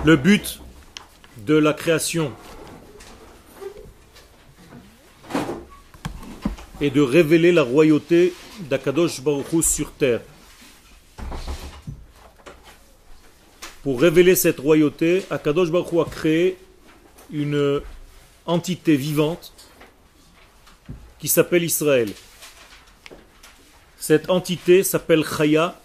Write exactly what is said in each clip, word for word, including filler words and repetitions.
Le but de la création est de révéler la royauté d'Akadosh Baruch Hu sur terre. Pour révéler cette royauté, Akadosh Baruch Hu a créé une entité vivante qui s'appelle Israël. Cette entité s'appelle Chaya,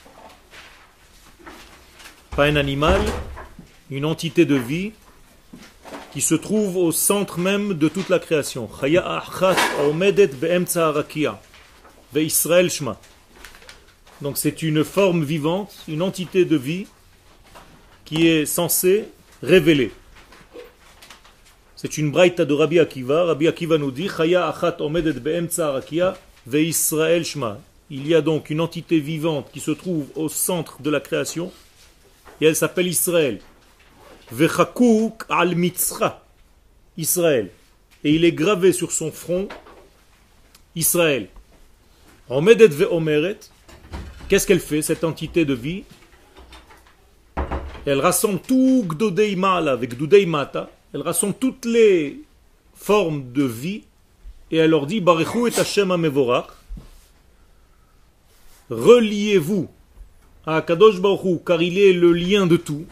pas un animal, une entité de vie qui se trouve au centre même de toute la création. Chaya achat omedet be'emtza harakia ve'Israël shma. Donc c'est une forme vivante, une entité de vie qui est censée révéler. C'est une braïta de Rabbi Akiva. Rabbi Akiva nous dit Chaya achat omedet be'emtza harakia ve'Israël shma. Il y a donc une entité vivante qui se trouve au centre de la création et elle s'appelle Israël. Vechakouk al mitzra, Israël. Et il est gravé sur son front Israël. Omedet ve'omeret. Qu'est-ce qu'elle fait, cette entité de vie? Elle rassemble tout Gdodei Ma'ala avec Gdodei Mata. Elle rassemble toutes les formes de vie et elle leur dit Barechu et Hashem HaMevorach. Reliez-vous à Kadosh Baruch Hu, car il est le lien de tout.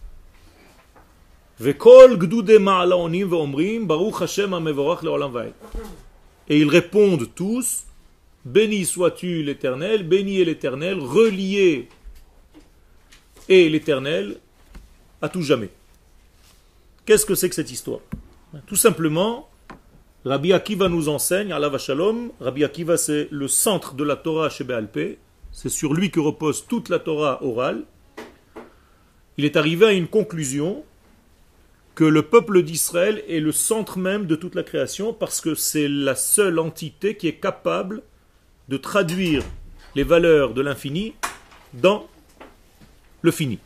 Vekol Gdodei Ma'ala onim ve'omrim Baruch Hashem HaMevorach le'olam va'ed. Et ils répondent tous béni sois-tu l'Éternel, béni est l'Éternel, relié est l'Éternel à tout jamais. Qu'est-ce que c'est que cette histoire? Tout simplement, Rabbi Akiva nous enseigne, Alav Shalom, Rabbi Akiva c'est le centre de la Torah chez Bé'al Peh, c'est sur lui que repose toute la Torah orale. Il est arrivé à une conclusion que le peuple d'Israël est le centre même de toute la création parce que c'est la seule entité qui est capable de traduire les valeurs de l'infini dans le fini.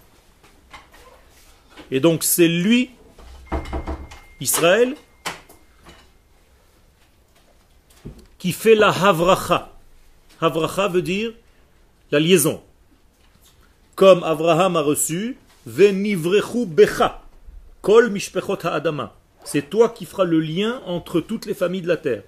Et donc c'est lui, Israël, qui fait la havracha. Havracha veut dire la liaison. Comme Abraham a reçu Venivrechu becha kol mishpechot ha'adama. C'est toi qui feras le lien entre toutes les familles de la terre.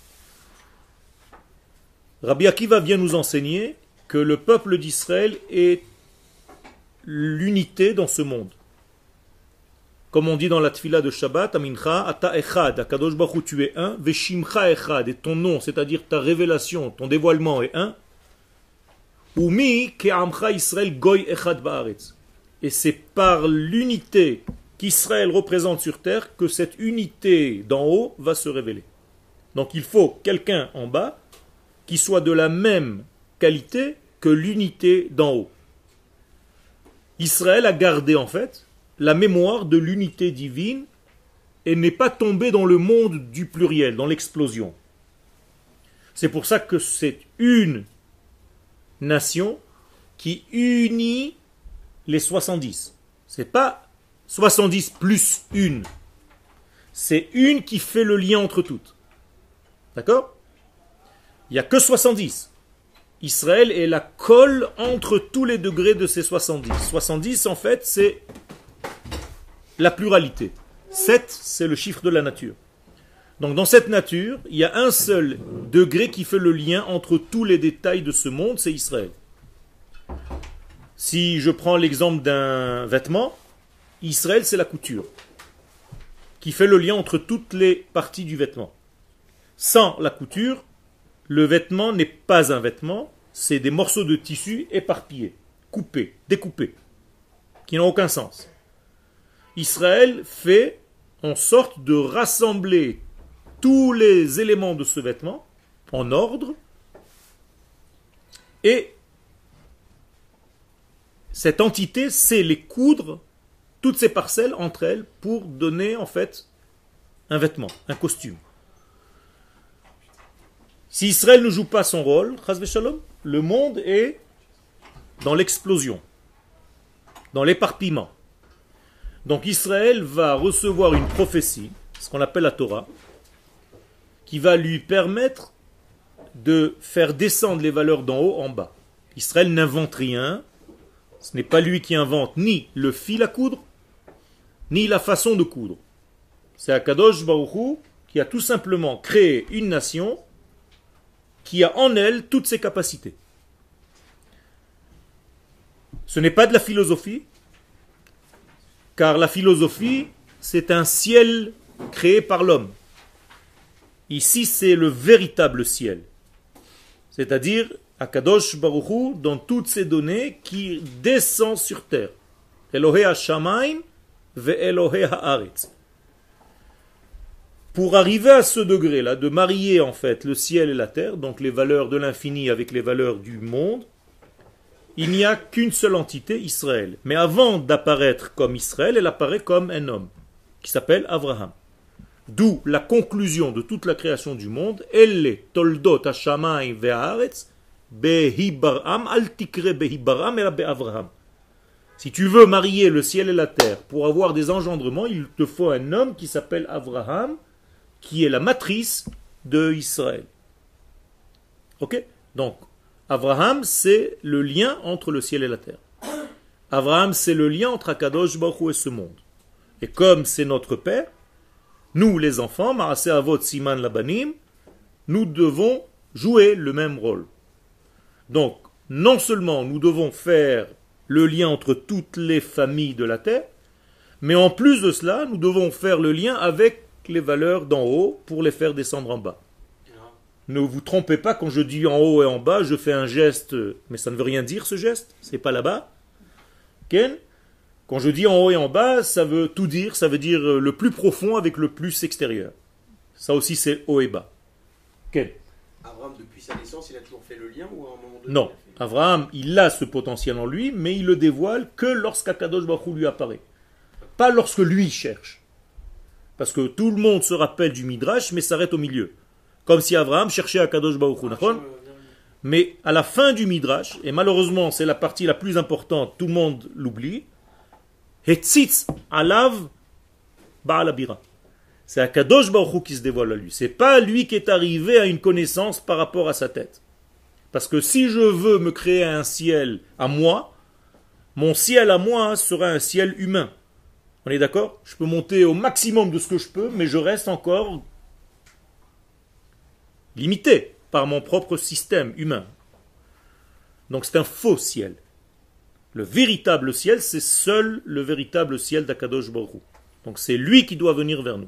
Rabbi Akiva vient nous enseigner que le peuple d'Israël est l'unité dans ce monde. Comme on dit dans la tfila de Shabbat, Amincha, Ata Echad, Akadosh Baruch Hu, tu es un, Veshimcha Echad, et ton nom, c'est-à-dire ta révélation, ton dévoilement est un. Umi ke'amcha Israël goy echad ba'aretz. Et c'est par l'unité qu'Israël représente sur terre que cette unité d'en haut va se révéler. Donc il faut quelqu'un en bas qui soit de la même qualité que l'unité d'en haut. Israël a gardé en fait la mémoire de l'unité divine et n'est pas tombé dans le monde du pluriel, dans l'explosion. C'est pour ça que c'est une nation qui unit les soixante-dix. C'est pas soixante-dix plus une. C'est une qui fait le lien entre toutes. D'accord? Il n'y a que soixante-dix. Israël est la colle entre tous les degrés de ces soixante-dix. soixante-dix, en fait, c'est la pluralité. sept, c'est le chiffre de la nature. Donc dans cette nature, il y a un seul degré qui fait le lien entre tous les détails de ce monde, c'est Israël. Si je prends l'exemple d'un vêtement, Israël c'est la couture, qui fait le lien entre toutes les parties du vêtement. Sans la couture, le vêtement n'est pas un vêtement, c'est des morceaux de tissu éparpillés, coupés, découpés, qui n'ont aucun sens. Israël fait en sorte de rassembler tous les éléments de ce vêtement en ordre et cette entité sait les coudre, toutes ces parcelles entre elles pour donner en fait un vêtement, un costume. Si Israël ne joue pas son rôle, chas v'shalom, le monde est dans l'explosion, dans l'éparpillement. Donc Israël va recevoir une prophétie, ce qu'on appelle la Torah, qui va lui permettre de faire descendre les valeurs d'en haut en bas. Israël n'invente rien, ce n'est pas lui qui invente ni le fil à coudre, ni la façon de coudre. C'est Akadosh Baruch Hu qui a tout simplement créé une nation qui a en elle toutes ses capacités. Ce n'est pas de la philosophie, car la philosophie, c'est un ciel créé par l'homme. Ici, c'est le véritable ciel. C'est-à-dire, Akadosh Baruch Hu, dans toutes ses données, qui descend sur terre. Elohei ha-shamayim ve Elohei ha-aretz. Pour arriver à ce degré-là, de marier en fait le ciel et la terre, donc les valeurs de l'infini avec les valeurs du monde, il n'y a qu'une seule entité, Israël. Mais avant d'apparaître comme Israël, elle apparaît comme un homme, qui s'appelle Abraham. D'où la conclusion de toute la création du monde, Elle toldot hashamayim ve'haaretz behibaram al tikre behibaram ela be'Avraham. Si tu veux marier le ciel et la terre pour avoir des engendrements, il te faut un homme qui s'appelle Abraham, qui est la matrice de Israël. Ok? Donc, Abraham, c'est le lien entre le ciel et la terre. Abraham, c'est le lien entre Akadosh Baruch Hu et ce monde. Et comme c'est notre père, nous, les enfants, Maaseh Avot Siman Labanim, nous devons jouer le même rôle. Donc, non seulement nous devons faire le lien entre toutes les familles de la terre, mais en plus de cela, nous devons faire le lien avec les valeurs d'en haut pour les faire descendre en bas. Ne vous trompez pas, quand je dis en haut et en bas, je fais un geste, mais ça ne veut rien dire ce geste, c'est pas là-bas. Ken? Quand je dis en haut et en bas, ça veut tout dire, ça veut dire le plus profond avec le plus extérieur. Ça aussi c'est haut et bas. Ken? Abraham, depuis sa naissance, il a toujours fait le lien ou à un moment donné? Non, il fait... Abraham, il a ce potentiel en lui, mais il le dévoile que lorsqu'Akadosh Baruch Hu lui apparaît. Pas lorsque lui cherche. Parce que tout le monde se rappelle du Midrash, mais s'arrête au milieu. Comme si Abraham cherchait Akadosh Baruch Hu. Ah, mais à la fin du Midrash, et malheureusement c'est la partie la plus importante, tout le monde l'oublie, Hetzitz alav ba'al habira. C'est Akadosh Baruch Hu qui se dévoile à lui. C'est pas lui qui est arrivé à une connaissance par rapport à sa tête. Parce que si je veux me créer un ciel à moi, mon ciel à moi sera un ciel humain. On est d'accord? Je peux monter au maximum de ce que je peux, mais je reste encore limité par mon propre système humain. Donc c'est un faux ciel. Le véritable ciel, c'est seul le véritable ciel d'Akadosh Baruch Hu. Donc c'est lui qui doit venir vers nous.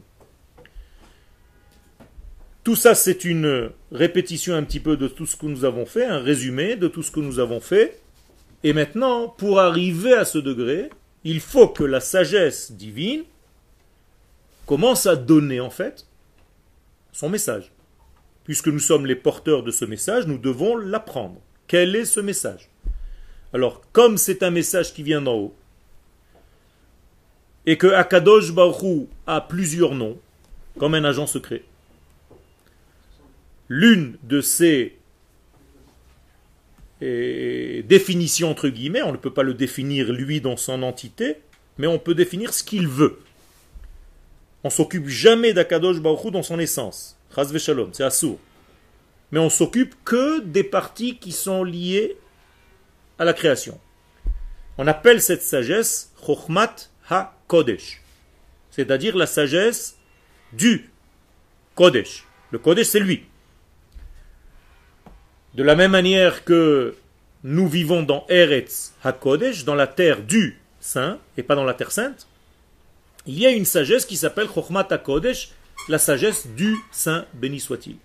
Tout ça, c'est une répétition un petit peu de tout ce que nous avons fait, un résumé de tout ce que nous avons fait. Et maintenant, pour arriver à ce degré, il faut que la sagesse divine commence à donner en fait son message. Puisque nous sommes les porteurs de ce message, nous devons l'apprendre. Quel est ce message? Alors, comme c'est un message qui vient d'en haut, et que Akadosh Baruch Hu a plusieurs noms, comme un agent secret, l'une de ces et, définitions, entre guillemets, on ne peut pas le définir lui dans son entité, mais on peut définir ce qu'il veut. On ne s'occupe jamais d'Akadosh Baruch Hu dans son essence. Chas v'shalom, c'est assour. Mais on s'occupe que des parties qui sont liées à la création. On appelle cette sagesse Chochmat ha-Kodesh, c'est-à-dire la sagesse du Kodesh. Le Kodesh, c'est lui. De la même manière que nous vivons dans Eretz ha-Kodesh, dans la terre du Saint, et pas dans la terre sainte, il y a une sagesse qui s'appelle Chochmat ha-Kodesh, la sagesse du Saint, béni soit-il.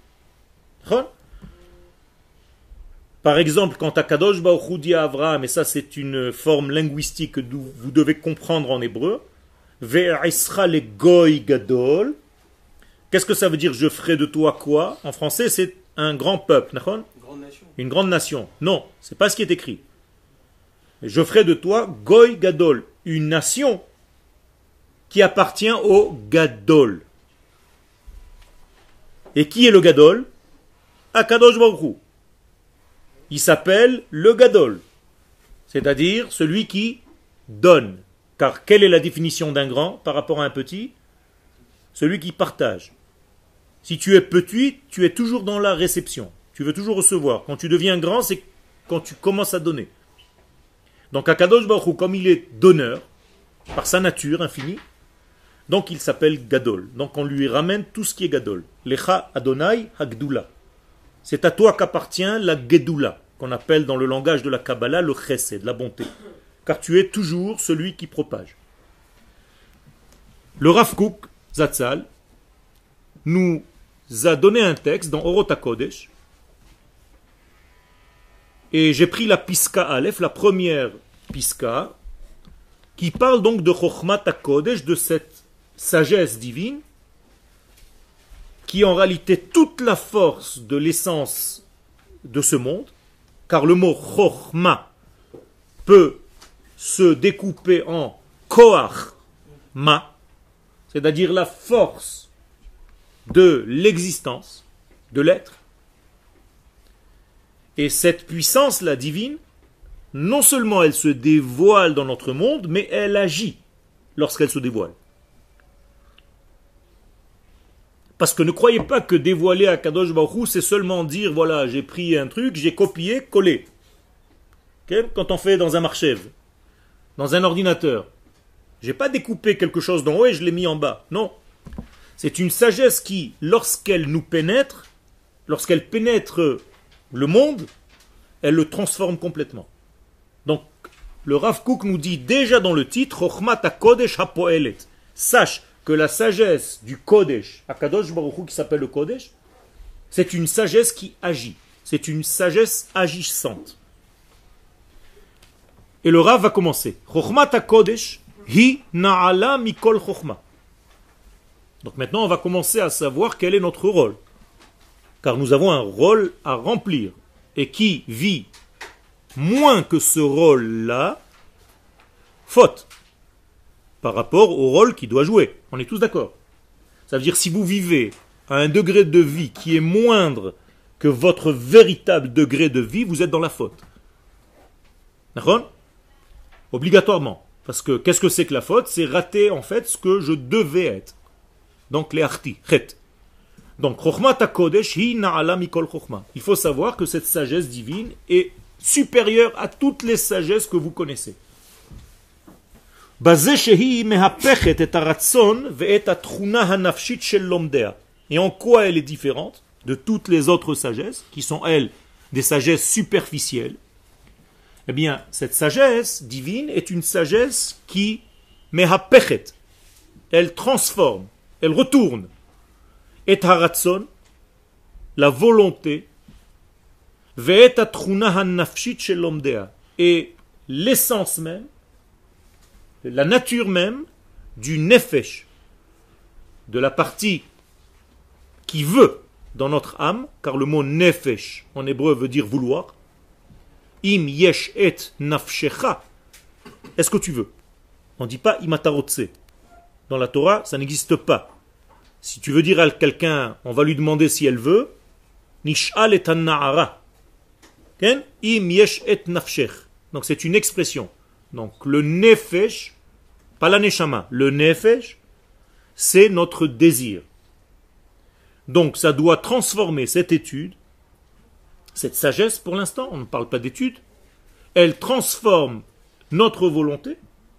Par exemple, quand Akadosh Baruch Hu dit à Avraham, et ça c'est une forme linguistique que vous devez comprendre en hébreu, Ve'esra le goy gadol, qu'est-ce que ça veut dire je ferai de toi quoi? En français c'est un grand peuple, une grande nation. Une grande nation. Non, c'est pas ce qui est écrit. Je ferai de toi goy gadol, une nation qui appartient au gadol. Et qui est le gadol? Akadosh Baruch Hu. Il s'appelle le gadol, c'est-à-dire celui qui donne. Car quelle est la définition d'un grand par rapport à un petit? Celui qui partage. Si tu es petit, tu es toujours dans la réception. Tu veux toujours recevoir. Quand tu deviens grand, c'est quand tu commences à donner. Donc Akadosh Baruch Hu, comme il est donneur, par sa nature infinie. Donc il s'appelle Gadol. Donc on lui ramène tout ce qui est Gadol. Lecha Adonai Hagdula. C'est à toi qu'appartient la Gedula, qu'on appelle dans le langage de la Kabbalah le Chesed, la bonté. Car tu es toujours celui qui propage. Le Rav Kook Zatzal nous a donné un texte dans Orot HaKodesh. Et j'ai pris la Piska Aleph, la première Piska, qui parle donc de Chochmat HaKodesh, de cette sagesse divine, qui est en réalité toute la force de l'essence de ce monde, car le mot Chochma peut se découper en Koach Ma, c'est-à-dire la force de l'existence, de l'être. Et cette puissance-là divine, non seulement elle se dévoile dans notre monde, mais elle agit lorsqu'elle se dévoile. Parce que ne croyez pas que dévoiler à Kadosh Baruch Hu, c'est seulement dire, voilà, j'ai pris un truc, j'ai copié, collé. Okay? Quand on fait dans un marchev, dans un ordinateur, j'ai pas découpé quelque chose d'en haut et je l'ai mis en bas. Non. C'est une sagesse qui, lorsqu'elle nous pénètre, lorsqu'elle pénètre le monde, elle le transforme complètement. Donc, le Rav Kook nous dit déjà dans le titre, Chochmat HaKodesh HaPoelet. Sache que la sagesse du Kodesh, Akadosh Baruch Hu qui s'appelle le Kodesh, c'est une sagesse qui agit. C'est une sagesse agissante. Et le Rav va commencer. Chochmat HaKodesh hi na'ala mikol chochma. Donc maintenant, on va commencer à savoir quel est notre rôle. Car nous avons un rôle à remplir. Et qui vit moins que ce rôle-là, faute par rapport au rôle qu'il doit jouer. On est tous d'accord. Ça veut dire si vous vivez à un degré de vie qui est moindre que votre véritable degré de vie, vous êtes dans la faute. D'accord ? Obligatoirement. Parce que qu'est-ce que c'est que la faute ? C'est rater en fait ce que je devais être. Donc les arti, chet. Donc, Chochmat HaKodesh hi na'ala mikol chochma. Il faut savoir que cette sagesse divine est supérieure à toutes les sagesses que vous connaissez. Bazeh shehi mehapechet et haratzon ve'et hatruna hanafshit shel lomdea. Et en quoi elle est différente de toutes les autres sagesses, qui sont, elles, des sagesses superficielles ? Eh bien, cette sagesse divine est une sagesse qui mehapechet. Elle transforme, elle retourne. Et haratzon, la volonté, ve'et hatruna hanafshit shel lomdea, et l'essence même, la nature même du nefesh, de la partie qui veut dans notre âme, car le mot nefesh en hébreu veut dire vouloir. Im yesh et nafshecha, est-ce que tu veux? On ne dit pas imatarotse. Dans la Torah, ça n'existe pas. Si tu veux dire à quelqu'un, on va lui demander si elle veut, nish'al et an-na'ara. Im yesh et nafshech. Donc c'est une expression. Donc le nefesh, pas la neshama, le nefesh, c'est notre désir. Donc ça doit transformer cette étude, cette sagesse pour l'instant, on ne parle pas d'étude, elle transforme notre volonté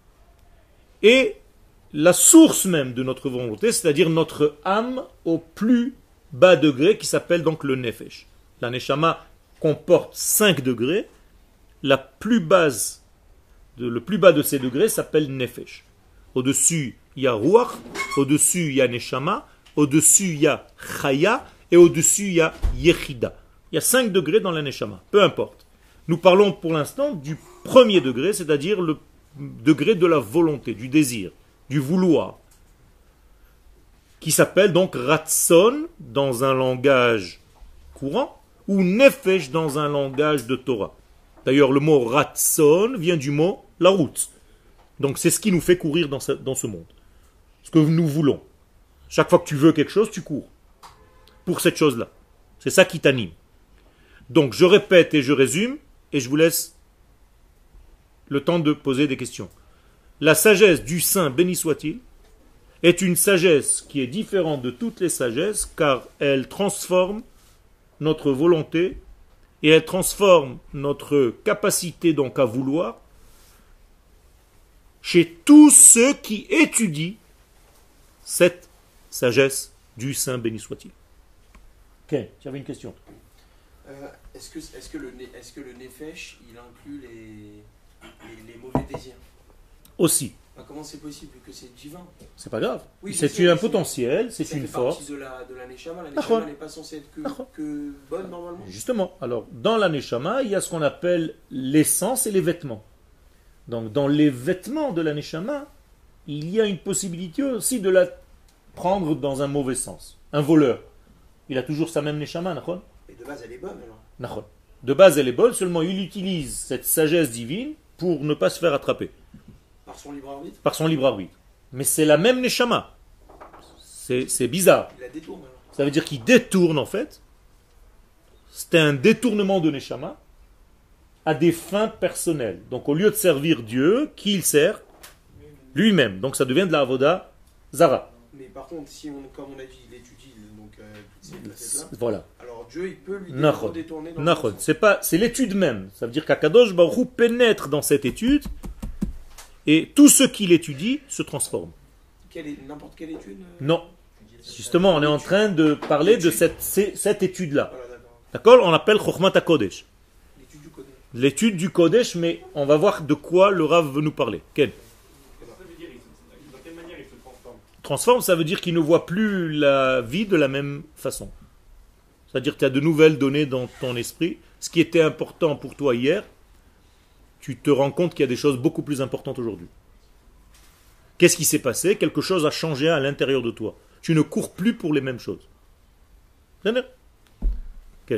et la source même de notre volonté, c'est-à-dire notre âme au plus bas degré qui s'appelle donc le nefesh. La neshama comporte cinq degrés, la plus basse, de, le plus bas de ces degrés s'appelle nefesh. Au-dessus, il y a ruach, au-dessus, il y a neshama, au-dessus, il y a chaya, et au-dessus, il y a yechida. Il y a cinq degrés dans la neshama, peu importe. Nous parlons pour l'instant du premier degré, c'est-à-dire le degré de la volonté, du désir, du vouloir, qui s'appelle donc ratson dans un langage courant, ou nefesh dans un langage de Torah. D'ailleurs, le mot ratson vient du mot la route. Donc c'est ce qui nous fait courir dans ce, dans ce monde. Ce que nous voulons. Chaque fois que tu veux quelque chose, tu cours. Pour cette chose-là. C'est ça qui t'anime. Donc je répète et je résume, et je vous laisse le temps de poser des questions. La sagesse du Saint, béni soit-il, est une sagesse qui est différente de toutes les sagesses, car elle transforme notre volonté, et elle transforme notre capacité donc à vouloir, chez tous ceux qui étudient cette sagesse du Saint béni soit-il. Ok, tu avais une question. Euh, est-ce que, est-ce que le, né- est-ce que le Nefesh, il inclut les, les, les mauvais désirs? Aussi, Ah, comment c'est possible que c'est divin? c'est pas grave. Oui, je c'est sais, un mais c'est- potentiel, c'est Ça une fait force. partie de la, de la Neshama. La D'accord. Neshama n'est pas censée être que, D'accord. que bonne normalement. Justement, alors dans la Neshama, il y a ce qu'on appelle l'essence et les vêtements. Donc dans les vêtements de la Neshama, il y a une possibilité aussi de la prendre dans un mauvais sens. Un voleur, il a toujours sa même Neshama, d'accord? Et de base, elle est bonne alors. D'accord. De base, elle est bonne, seulement il utilise cette sagesse divine pour ne pas se faire attraper Par son libre arbitre, par son libre arbitre. Mais c'est la même Neshama. C'est c'est bizarre. il la détourne alors. Ça veut dire qu'il détourne en fait. C'est un détournement de Neshama à des fins personnelles. Donc au lieu de servir Dieu, qui il sert? Lui-même. Donc ça devient de la avoda zara. Mais par contre, si on, comme on a dit, il étudie donc, euh, toutes ces facettes-là, Voilà. alors Dieu, il peut lui Nachon. détourner dans le Nachon. bon sens. C'est pas, c'est l'étude même. Ça veut dire qu'Akadosh Baruch Hu pénètre dans cette étude et tout ce qu'il étudie se transforme. Quelle est- N'importe quelle étude euh, Non. Justement, on est en train de parler de cette, c'est- cette étude-là. Voilà, d'accord. D'accord? On l'appelle Chokhmat HaKodesh. L'étude du code. L'étude du Kodesh, mais on va voir de quoi le Rav veut nous parler. Quel? Ça veut dire, il se- dans quelle manière il se transforme? Transforme, ça veut dire qu'il ne voit plus la vie de la même façon. C'est-à-dire que tu as de nouvelles données dans ton esprit. Ce qui était important pour toi hier, tu te rends compte qu'il y a des choses beaucoup plus importantes aujourd'hui. Qu'est-ce qui s'est passé? Quelque chose a changé à l'intérieur de toi. Tu ne cours plus pour les mêmes choses. C'est bien? Quel?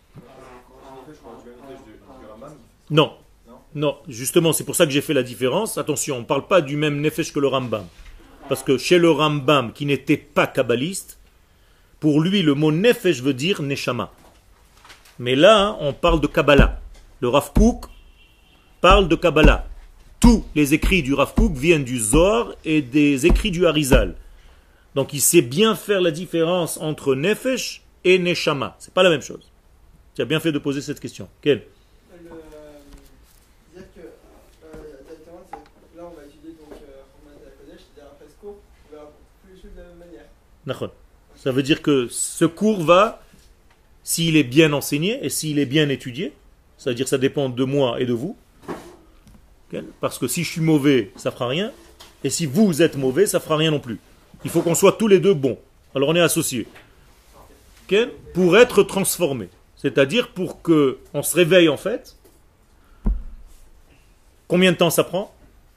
Non. Non, justement, c'est pour ça que j'ai fait la différence. Attention, on ne parle pas du même nefesh que le Rambam. Parce que chez le Rambam, qui n'était pas kabbaliste, pour lui, le mot nefesh veut dire neshama. Mais là, on parle de Kabbalah. Le Rav Kook parle de Kabbalah. Tous les écrits du Rav Kook viennent du Zohar et des écrits du Harizal. Donc il sait bien faire la différence entre nefesh et neshama. C'est pas la même chose. Tu as bien fait de poser cette question. Quel? Le, euh, dire que euh, directement, c'est- là on va étudier donc euh, Chokhmat HaKodesh, c'est-à-dire après ce cours, on verra plus les choses de la même manière. Nachon. Ça veut dire que ce cours va, s'il est bien enseigné et s'il est bien étudié, c'est-à-dire que ça dépend de moi et de vous, ok? Parce que si je suis mauvais, ça fera rien, et si vous êtes mauvais, ça fera rien non plus. Il faut qu'on soit tous les deux bons. Alors on est associés. Ok? Pour être transformés. C'est-à-dire pour que on se réveille en fait. Combien de temps ça prend?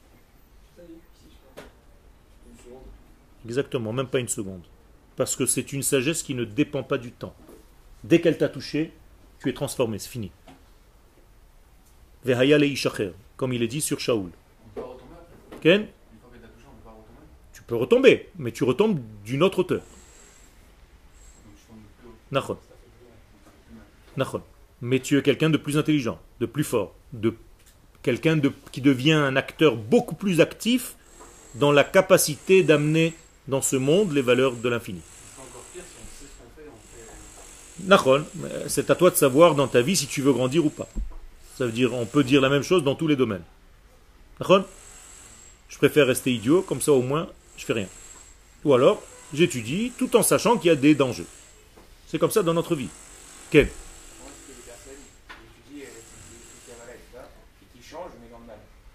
Exactement, même pas une seconde. Parce que c'est une sagesse qui ne dépend pas du temps. Dès qu'elle t'a touché, tu es transformé, c'est fini. Vehaya leishacher, comme il est dit sur Shaoul. On peut retomber après. Ken? Une fois que t'as touché, on peut pas retomber. Tu peux retomber, mais tu retombes d'une autre hauteur. Donc je tombe plus haut. Nachon. Nachon. Mais tu es quelqu'un de plus intelligent, de plus fort, de quelqu'un de, qui devient un acteur beaucoup plus actif dans la capacité d'amener dans ce monde les valeurs de l'infini. C'est encore pire si on sait ce qu'on fait, on fait. Nachon, c'est à toi de savoir dans ta vie si tu veux grandir ou pas. Ça veut dire, on peut dire la même chose dans tous les domaines. Nachon? Je préfère rester idiot, comme ça au moins je fais rien. Ou alors, j'étudie tout en sachant qu'il y a des dangers. C'est comme ça dans notre vie. Ken? Comment est-ce que les personnes qui étudient euh, ces Kabbalah, et cetera, et qui changent, mais dans le mal?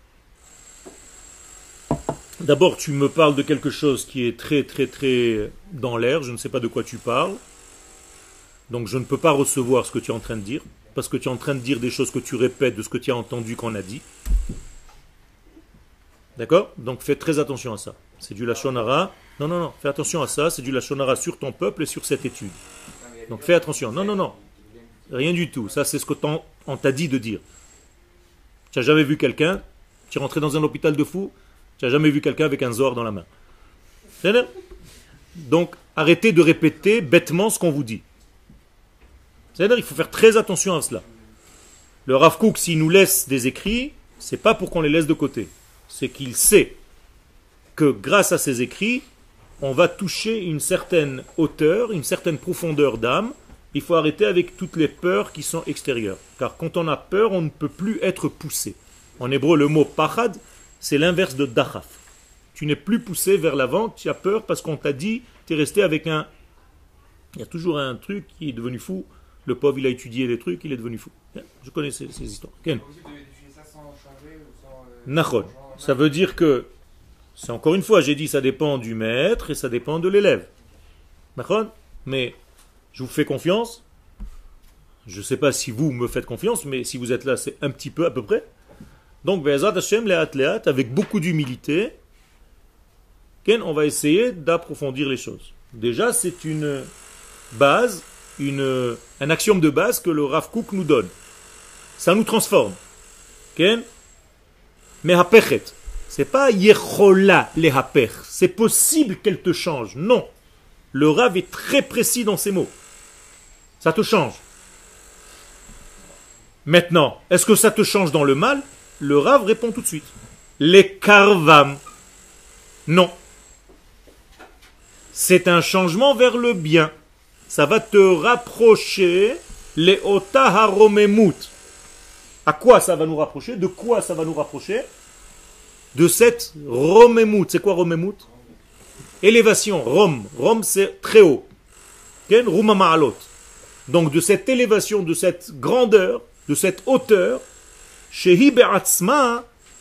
D'abord, tu me parles de quelque chose qui est très très très dans l'air, je ne sais pas de quoi tu parles. Donc je ne peux pas recevoir ce que tu es en train de dire, parce que tu es en train de dire des choses que tu répètes de ce que tu as entendu qu'on a dit. D'accord? Donc fais très attention à ça. C'est du Lachon Hara. Non, non, non, fais attention à ça, c'est du Lachon Hara sur ton peuple et sur cette étude. Non, mais il y a des Donc gens fais qui- attention. Non, non, non, qui viennent- rien du tout. Ça, c'est ce que t'en- on t'a dit de dire. Tu n'as jamais vu quelqu'un, tu es rentré dans un hôpital de fous, tu n'as jamais vu quelqu'un avec un zor dans la main. C'est là. Donc, arrêtez de répéter bêtement ce qu'on vous dit. C'est-à-dire, il faut faire très attention à cela. Le Rav Kook, s'il nous laisse des écrits, c'est pas pour qu'on les laisse de côté. C'est qu'il sait que grâce à ces écrits, on va toucher une certaine hauteur, une certaine profondeur d'âme. Il faut arrêter avec toutes les peurs qui sont extérieures. Car quand on a peur, on ne peut plus être poussé. En hébreu, le mot pachad c'est l'inverse de dachaf. Tu n'es plus poussé vers l'avant, tu as peur parce qu'on t'a dit, tu es resté avec un... Il y a toujours un truc qui est devenu fou. Le pauvre, il a étudié des trucs, il est devenu fou. Je connais ces, ces histoires. Ken. ça sans changer ou sans. euh, Nachon. changement, Ça veut dire que, c'est encore une fois, j'ai dit, ça dépend du maître et ça dépend de l'élève. Nachon. Mais je vous fais confiance. Je ne sais pas si vous me faites confiance, mais si vous êtes là, c'est un petit peu à peu près. Donc, Be'ezrat Hashem, le'at le'at, avec beaucoup d'humilité, Ken, on va essayer d'approfondir les choses. Déjà, c'est une base, une, un axiome de base que le Rav Kook nous donne. Ça nous transforme. Ken? Mais hapechet. C'est pas yechola le hapech. C'est possible qu'elle te change. Non. Le Rav est très précis dans ses mots. Ça te change. Maintenant, est-ce que ça te change dans le mal? Le Rav répond tout de suite. Les karvam. Non. C'est un changement vers le bien. Ça va te rapprocher les otaharomemut. À quoi ça va nous rapprocher? De quoi ça va nous rapprocher? De cette romemut. C'est quoi romemut? Élévation. Rom. Rom, c'est très haut. Ken Ruma ma'alot. Donc de cette élévation, de cette grandeur, de cette hauteur, shehi be'atzma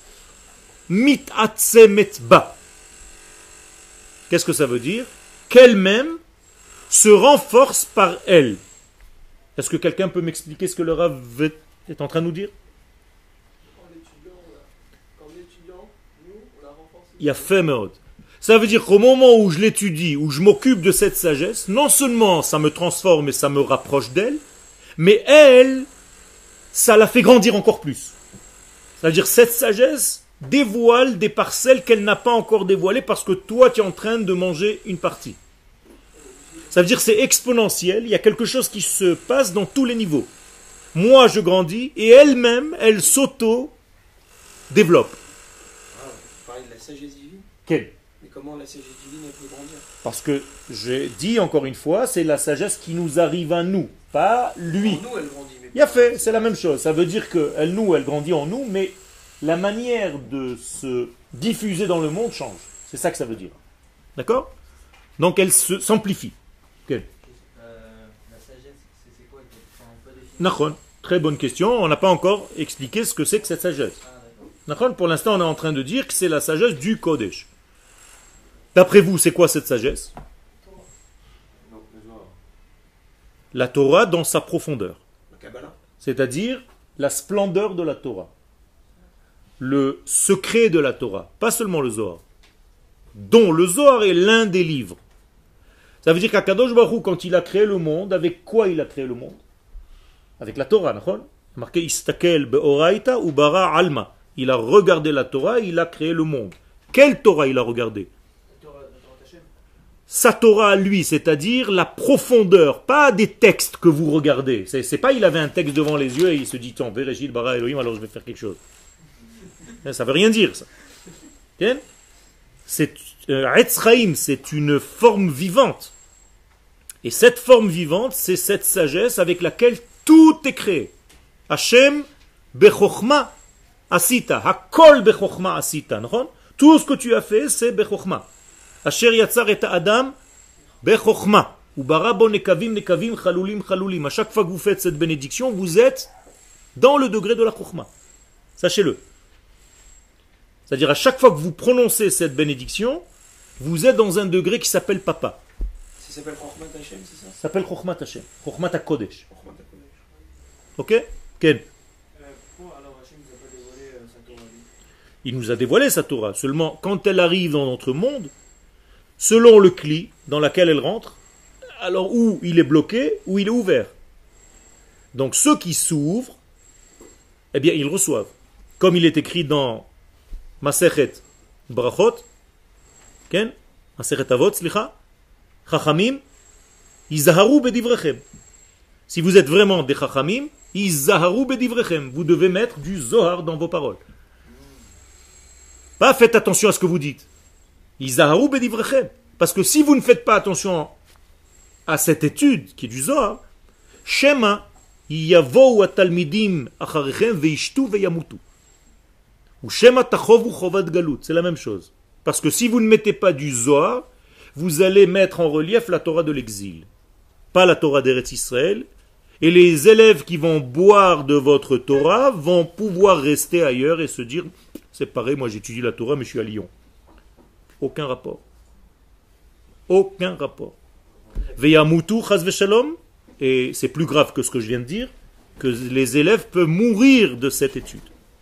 mit'atzemet ba. Qu'est-ce que ça veut dire? Qu'elle-même se renforce par elle. Est-ce que quelqu'un peut m'expliquer ce que le Rav est en train de nous dire? Quand l'étudiant, on a- quand l'étudiant, nous, on la renforce. Il y a fait mode. Ça veut dire qu'au moment où je l'étudie, où je m'occupe de cette sagesse, non seulement ça me transforme et ça me rapproche d'elle, mais elle, ça la fait grandir encore plus. C'est-à-dire cette sagesse dévoile des parcelles qu'elle n'a pas encore dévoilées parce que toi tu es en train de manger une partie. Ça veut dire que c'est exponentiel, il y a quelque chose qui se passe dans tous les niveaux. Moi je grandis et elle-même, elle s'auto-développe. Ah, vous parlez de la sagesse divine. Quelle? Mais comment la sagesse divine elle peut grandir? Parce que, j'ai dit encore une fois, c'est la sagesse qui nous arrive à nous, pas lui. En nous, elle grandit. Mais Il y a fait, c'est la même chose. Ça veut dire qu'elle nous, elle grandit en nous, mais la manière de se diffuser dans le monde change. C'est ça que ça veut dire. D'accord? Donc elle se s'amplifie. Okay. Euh, la sagesse, c'est c'est quoi exactement? On peut définir. Nachon. Très bonne question. On n'a pas encore expliqué ce que c'est que cette sagesse. Ah, d'accord. Nachon, pour l'instant, on est en train de dire que c'est la sagesse du Kodesh. D'après vous, c'est quoi cette sagesse? Non, le Zohar. La Torah dans sa profondeur. La Kabbalah. C'est-à-dire la splendeur de la Torah. Le secret de la Torah. Pas seulement le Zohar. Dont le Zohar est l'un des livres. Ça veut dire qu'Akadosh Baruch Hu, quand il a créé le monde, avec quoi il a créé le monde? Avec la Torah, d'accord? Marqué Istakel be'oraita ou bara alma. Il a regardé la Torah, il a créé le monde. Quelle Torah il a regardé? La Torah- la Torah Tachem. Sa Torah à lui, c'est-à-dire la profondeur, pas des textes que vous regardez. C'est, c'est pas il avait un texte devant les yeux et il se dit tiens, Bereshit bara Elohim, alors je vais faire quelque chose. Ça veut rien dire ça. Bien? C'est euh, Etz Chaim, c'est une forme vivante. Et cette forme vivante, c'est cette sagesse avec laquelle tout est créé. Hashem bechokhma asita, hakol bechokhma asita. Tout ce que tu as fait, c'est bechokhma. Asher yatzar et Adam bechokhma. Ou barabo nekavim nekavim chalulim chalulim. À chaque fois que vous faites cette bénédiction, vous êtes dans le degré de la chokhma. Sachez-le. C'est-à-dire à chaque fois que vous prononcez cette bénédiction, vous êtes dans un degré qui s'appelle papa. Ça s'appelle Chokhmat Hashem, c'est ça? Ça s'appelle Chokhmat Hashem. Chokhmat HaKodesh. Chokhmat HaKodesh. Ok? Ken? Euh, pourquoi alors Hachem nous a pas dévoilé euh, sa Torah lui? Il nous a dévoilé sa Torah. Seulement, quand elle arrive dans notre monde, selon le cli dans lequel elle rentre, alors où il est bloqué, ou il est ouvert. Donc ceux qui s'ouvrent, eh bien ils reçoivent. Comme il est écrit dans Masechet Brachot, Ken? Masechet Avot, slicha, Chachamim, Izaharu bedivrechem. Si vous êtes vraiment des Chachamim, Izaharu bedivrechem. Vous devez mettre du Zohar dans vos paroles. Pas faites attention à ce que vous dites. Izaharu bedivrechem. Parce que si vous ne faites pas attention à cette étude qui est du Zohar, Shema yavou atalmidim acharechem veishtu veyamutu. Ou Shema Tachov ou Chovat Galut, c'est la même chose. Parce que si vous ne mettez pas du Zohar, vous allez mettre en relief la Torah de l'exil, pas la Torah d'Eretz Israël. Et les élèves qui vont boire de votre Torah vont pouvoir rester ailleurs et se dire, c'est pareil, moi j'étudie la Torah mais je suis à Lyon. Aucun rapport. Aucun rapport. Veyamutu chas veshalom, et c'est plus grave que ce que je viens de dire, que les élèves peuvent mourir de cette étude.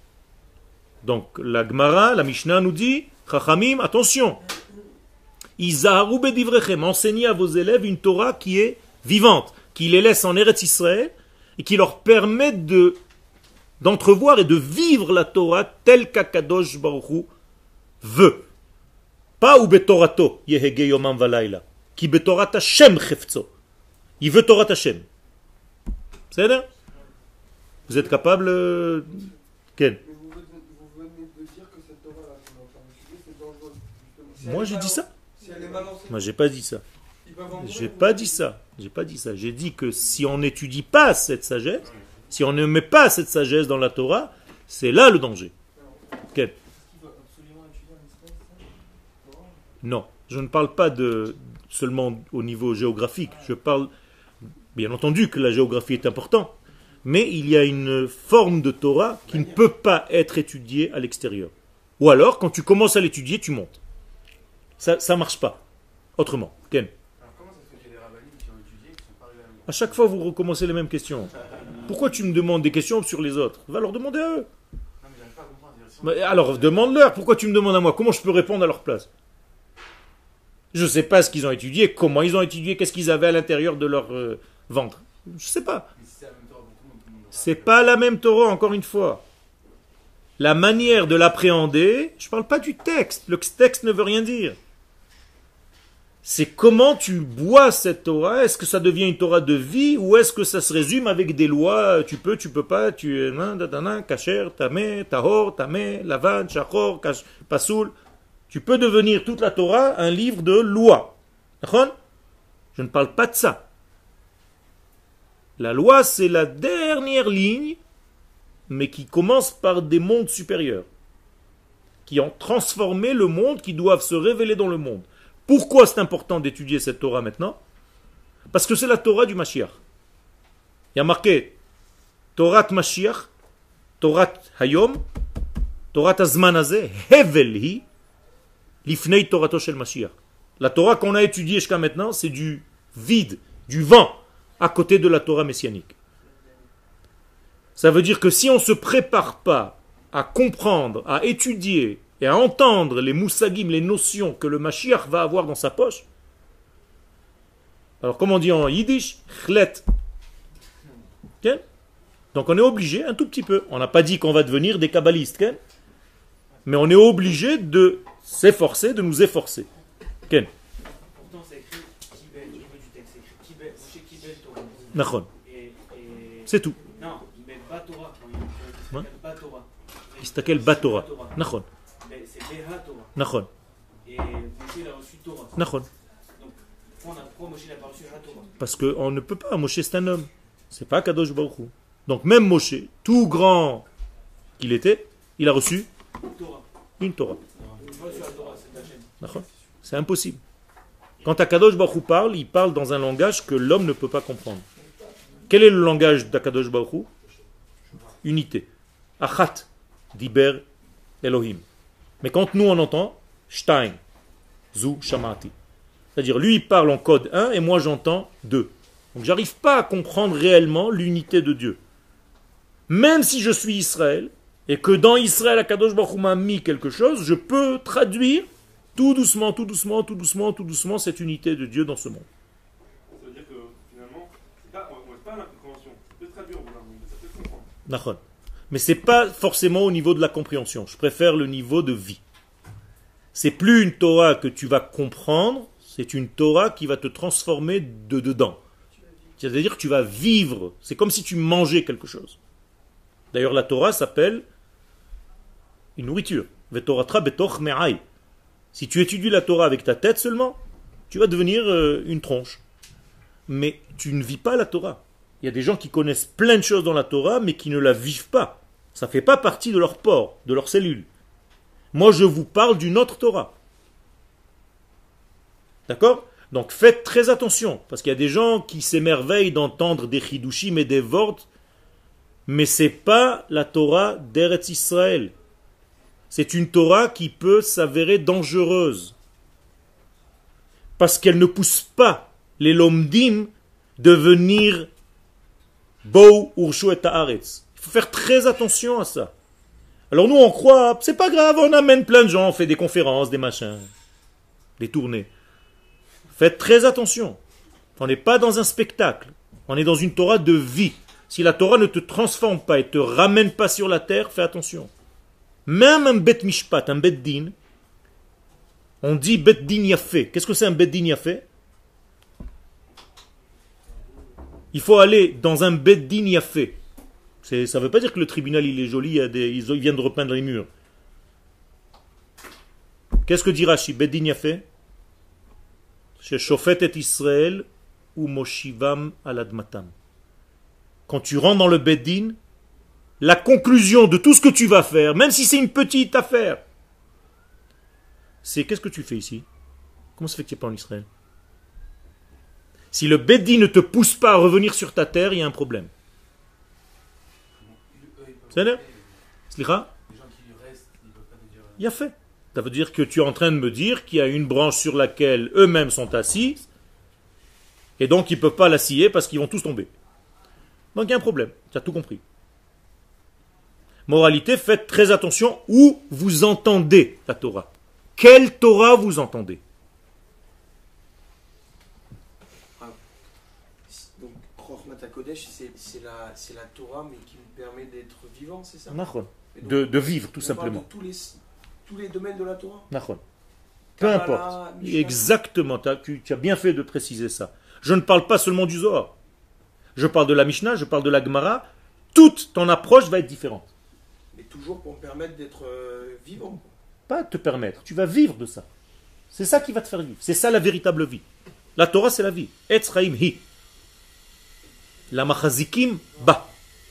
Donc la Gemara, la Mishnah nous dit, Chachamim, attention, Izaharu bedivrechem, enseignez à vos élèves une Torah qui est vivante, qui les laisse en Eretz Israël et qui leur permet de, d'entrevoir et de vivre la Torah telle qu'Akadosh Baruch Hu veut. Pas ou betorato yehege yomam valayla, qui betorat Hashem chefzo. Il veut Torah Hashem. C'est ça? Vous êtes capable euh... Ken? Mais vous venez, vous venez de dire que cette Torah-là qu'on est en train d'étudier, c'est dangereux. justement. Si Moi elle est j'ai mal dit en- ça. Si elle est mal enseignée, Moi j'ai pas dit ça. ils peuvent en mourir, J'ai vous pas avez dit ça. J'ai pas dit ça. J'ai dit que si on n'étudie pas cette sagesse, si on ne met pas cette sagesse dans la Torah, c'est là le danger. Ken? Il doit absolument étudier en Israël, c'est ça Torah. Non, je ne parle pas de seulement au niveau géographique. Je parle, bien entendu, que la géographie est importante, mais il y a une forme de Torah qui ne peut pas être étudiée à l'extérieur. Ou alors, quand tu commences à l'étudier, tu montes. Ça, ça marche pas. Autrement, Ken. Alors comment ça se fait qu'il y a des rabbinim qui ont étudié et qui sont pas arrivés à nous? À chaque fois, vous recommencez les mêmes questions. Pourquoi tu me demandes des questions sur les autres? Va leur demander à eux. Non mais j'arrive pas à comprendre. C'est-à-dire, si on- Mais alors, demande-leur. Pourquoi tu me demandes à moi? Comment je peux répondre à leur place? Je ne sais pas ce qu'ils ont étudié, comment ils ont étudié, qu'est-ce qu'ils avaient à l'intérieur de leur euh, ventre. Je ne sais pas. Mais si c'est la même Torah pour tout le monde, tout le monde aura- C'est pas la même Torah, encore une fois. La manière de l'appréhender, je ne parle pas du texte. Le texte ne veut rien dire. C'est comment tu bois cette Torah. Est-ce que ça devient une Torah de vie ou est-ce que ça se résume avec des lois? Tu peux, tu peux pas, tu es nan, dadana, kasher, tamé, tahor, tamé, lavan, shachor, kash- pasoul. Tu peux devenir toute la Torah un livre de lois. D'accord? Je ne parle pas de ça. La loi, c'est la dernière ligne, mais qui commence par des mondes supérieurs, qui ont transformé le monde, qui doivent se révéler dans le monde. Pourquoi c'est important d'étudier cette Torah maintenant? Parce que c'est la Torah du Mashiach. Il y a marqué Torah Mashiach, Torah Hayom, Torah Azman Hazeh, Hevel hi, Lifnei Torato Shel Mashiach. La Torah qu'on a étudiée jusqu'à maintenant, c'est du vide, du vent, à côté de la Torah messianique. Ça veut dire que si on ne se prépare pas à comprendre, à étudier et à entendre les moussagim, les notions que le Mashiach va avoir dans sa poche, alors comme on dit en yiddish, chlet. Okay? Donc on est obligé un tout petit peu. On n'a pas dit qu'on va devenir des kabbalistes, okay? Mais on est obligé de s'efforcer, de nous efforcer. Ken? Pourtant, c'est écrit Kibel, au niveau du texte, c'est écrit Kibel, Moshe Kibel Torah. Nachon. Et, et... C'est tout. Non, il met Ba Torah quand il Ouais. s'appelle Ba Torah. Il s'appelle Ba Torah. Nachon. Mais c'est Beha Torah. Nachon. Et Moshe il a reçu Torah. Nachon. Donc, pourquoi, on a, pourquoi Moshe n'a pas reçu Ha Torah? Parce qu'on ne peut pas. Moshe, c'est un homme. C'est pas Kadosh Baruch Hu. Donc même Moshe, tout grand qu'il était, il a reçu Torah. une Torah. Il n'a pas reçu Ha Torah, c'est Hachem. D'accord? C'est impossible. Quand Akadosh Baruch Hu parle, il parle dans un langage que l'homme ne peut pas comprendre. Quel est le langage d'Akadosh Baruch Hu? Unité. Achat, Diber, Elohim. Mais quand nous on entend, Shtaim, Zu, Shamati. C'est-à-dire, lui il parle en code un et moi j'entends deux. Donc j'arrive pas à comprendre réellement l'unité de Dieu. Même si je suis Israël, et que dans Israël, Akadosh Baruch Hu m'a mis quelque chose, je peux traduire tout doucement, tout doucement, tout doucement, tout doucement cette unité de Dieu dans ce monde. Ça veut dire que finalement, c'est pas, on n'est pas à la compréhension. Ça peut se traduire, voilà, mais ça peut se comprendre. D'accord. Mais c'est pas forcément au niveau de la compréhension. Je préfère le niveau de vie. C'est plus une Torah que tu vas comprendre, c'est une Torah qui va te transformer de dedans. C'est-à-dire que tu vas vivre. C'est comme si tu mangeais quelque chose. D'ailleurs, la Torah s'appelle une nourriture. Vetoratra betoch me'ai. Si tu étudies la Torah avec ta tête seulement, tu vas devenir euh, une tronche. Mais tu ne vis pas la Torah. Il y a des gens qui connaissent plein de choses dans la Torah, mais qui ne la vivent pas. Ça ne fait pas partie de leur porc, de leurs cellules. Moi, je vous parle d'une autre Torah. D'accord? Donc faites très attention, parce qu'il y a des gens qui s'émerveillent d'entendre des chidushim et des vortes, mais ce n'est pas la Torah d'Eretz Israël. C'est une Torah qui peut s'avérer dangereuse, parce qu'elle ne pousse pas les lomdim de venir Bou Urshu et Haaretz. Il faut faire très attention à ça. Alors nous on croit, c'est pas grave, on amène plein de gens, on fait des conférences, des machins, des tournées. Faites très attention. On n'est pas dans un spectacle. On est dans une Torah de vie. Si la Torah ne te transforme pas et te ramène pas sur la terre, fais attention. Même un bet mishpat, un bet din, on dit bet din yafé. Qu'est-ce que c'est un bet din yafé? Il faut aller dans un bet din yafé. C'est, ça ne veut pas dire que le tribunal il est joli, il y a des, ils viennent de repeindre les murs. Qu'est-ce que dit Rashi? Bet din yafé? Chez Shofet et Israël ou Moshivam aladmatam. Quand tu rentres dans le Beddin, la conclusion de tout ce que tu vas faire, même si c'est une petite affaire, c'est qu'est-ce que tu fais ici? Comment ça fait que tu n'es pas en Israël? Si le Beddin ne te pousse pas à revenir sur ta terre, il y a un problème. C'est là? Slicha? Il y a fait. Ça veut dire que tu es en train de me dire qu'il y a une branche sur laquelle eux-mêmes sont assis, et donc ils ne peuvent pas la scier parce qu'ils vont tous tomber. Donc il y a un problème, tu as tout compris. Moralité, faites très attention où vous entendez la Torah. Quelle Torah vous entendez? Ah, donc, Chochmat HaKodesh, c'est, c'est, la, c'est la Torah, mais qui me permet d'être vivant, c'est ça? Nachon. Donc, De, de vivre, tout on simplement. parle de tous les, tous les domaines de la Torah? Nachon. Peu Kabbalah, importe. Mishnah. Exactement, t'as- tu, tu as bien fait de préciser ça. Je ne parle pas seulement du Zohar. Je parle de la Mishnah, je parle de la Gemara. Toute ton approche va être différente. Mais toujours pour me permettre d'être euh, vivant. Pas te permettre, tu vas vivre de ça. C'est ça qui va te faire vivre. C'est ça la véritable vie. La Torah, c'est la vie. Etz Chaim Hi. La Machazikim Ba.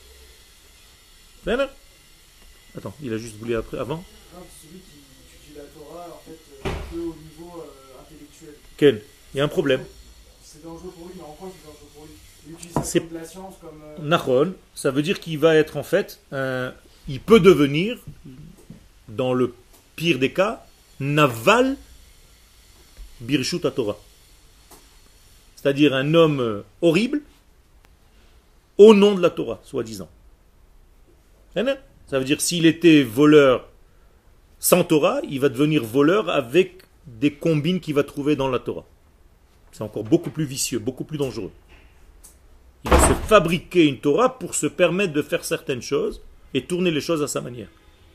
Bien. Attends, il a juste voulu après, avant. Non, celui qui étudie la Torah, en fait, euh, un peu au niveau euh, intellectuel. Ken, il y a un problème. C'est dangereux pour lui, mais en quoi c'est dangereux pour lui? Il utilise ça C'est- comme de la science, comme... euh, Nachon, ça veut dire qu'il va être en fait, un- il peut devenir, dans le pire des cas, Naval Birshut Torah. C'est-à-dire un homme euh, horrible au nom de la Torah, soi-disant. Ça veut dire s'il était voleur sans Torah, il va devenir voleur avec des combines qu'il va trouver dans la Torah. C'est encore beaucoup plus vicieux, beaucoup plus dangereux. Il va se fabriquer une Torah pour se permettre de faire certaines choses et tourner les choses à sa manière.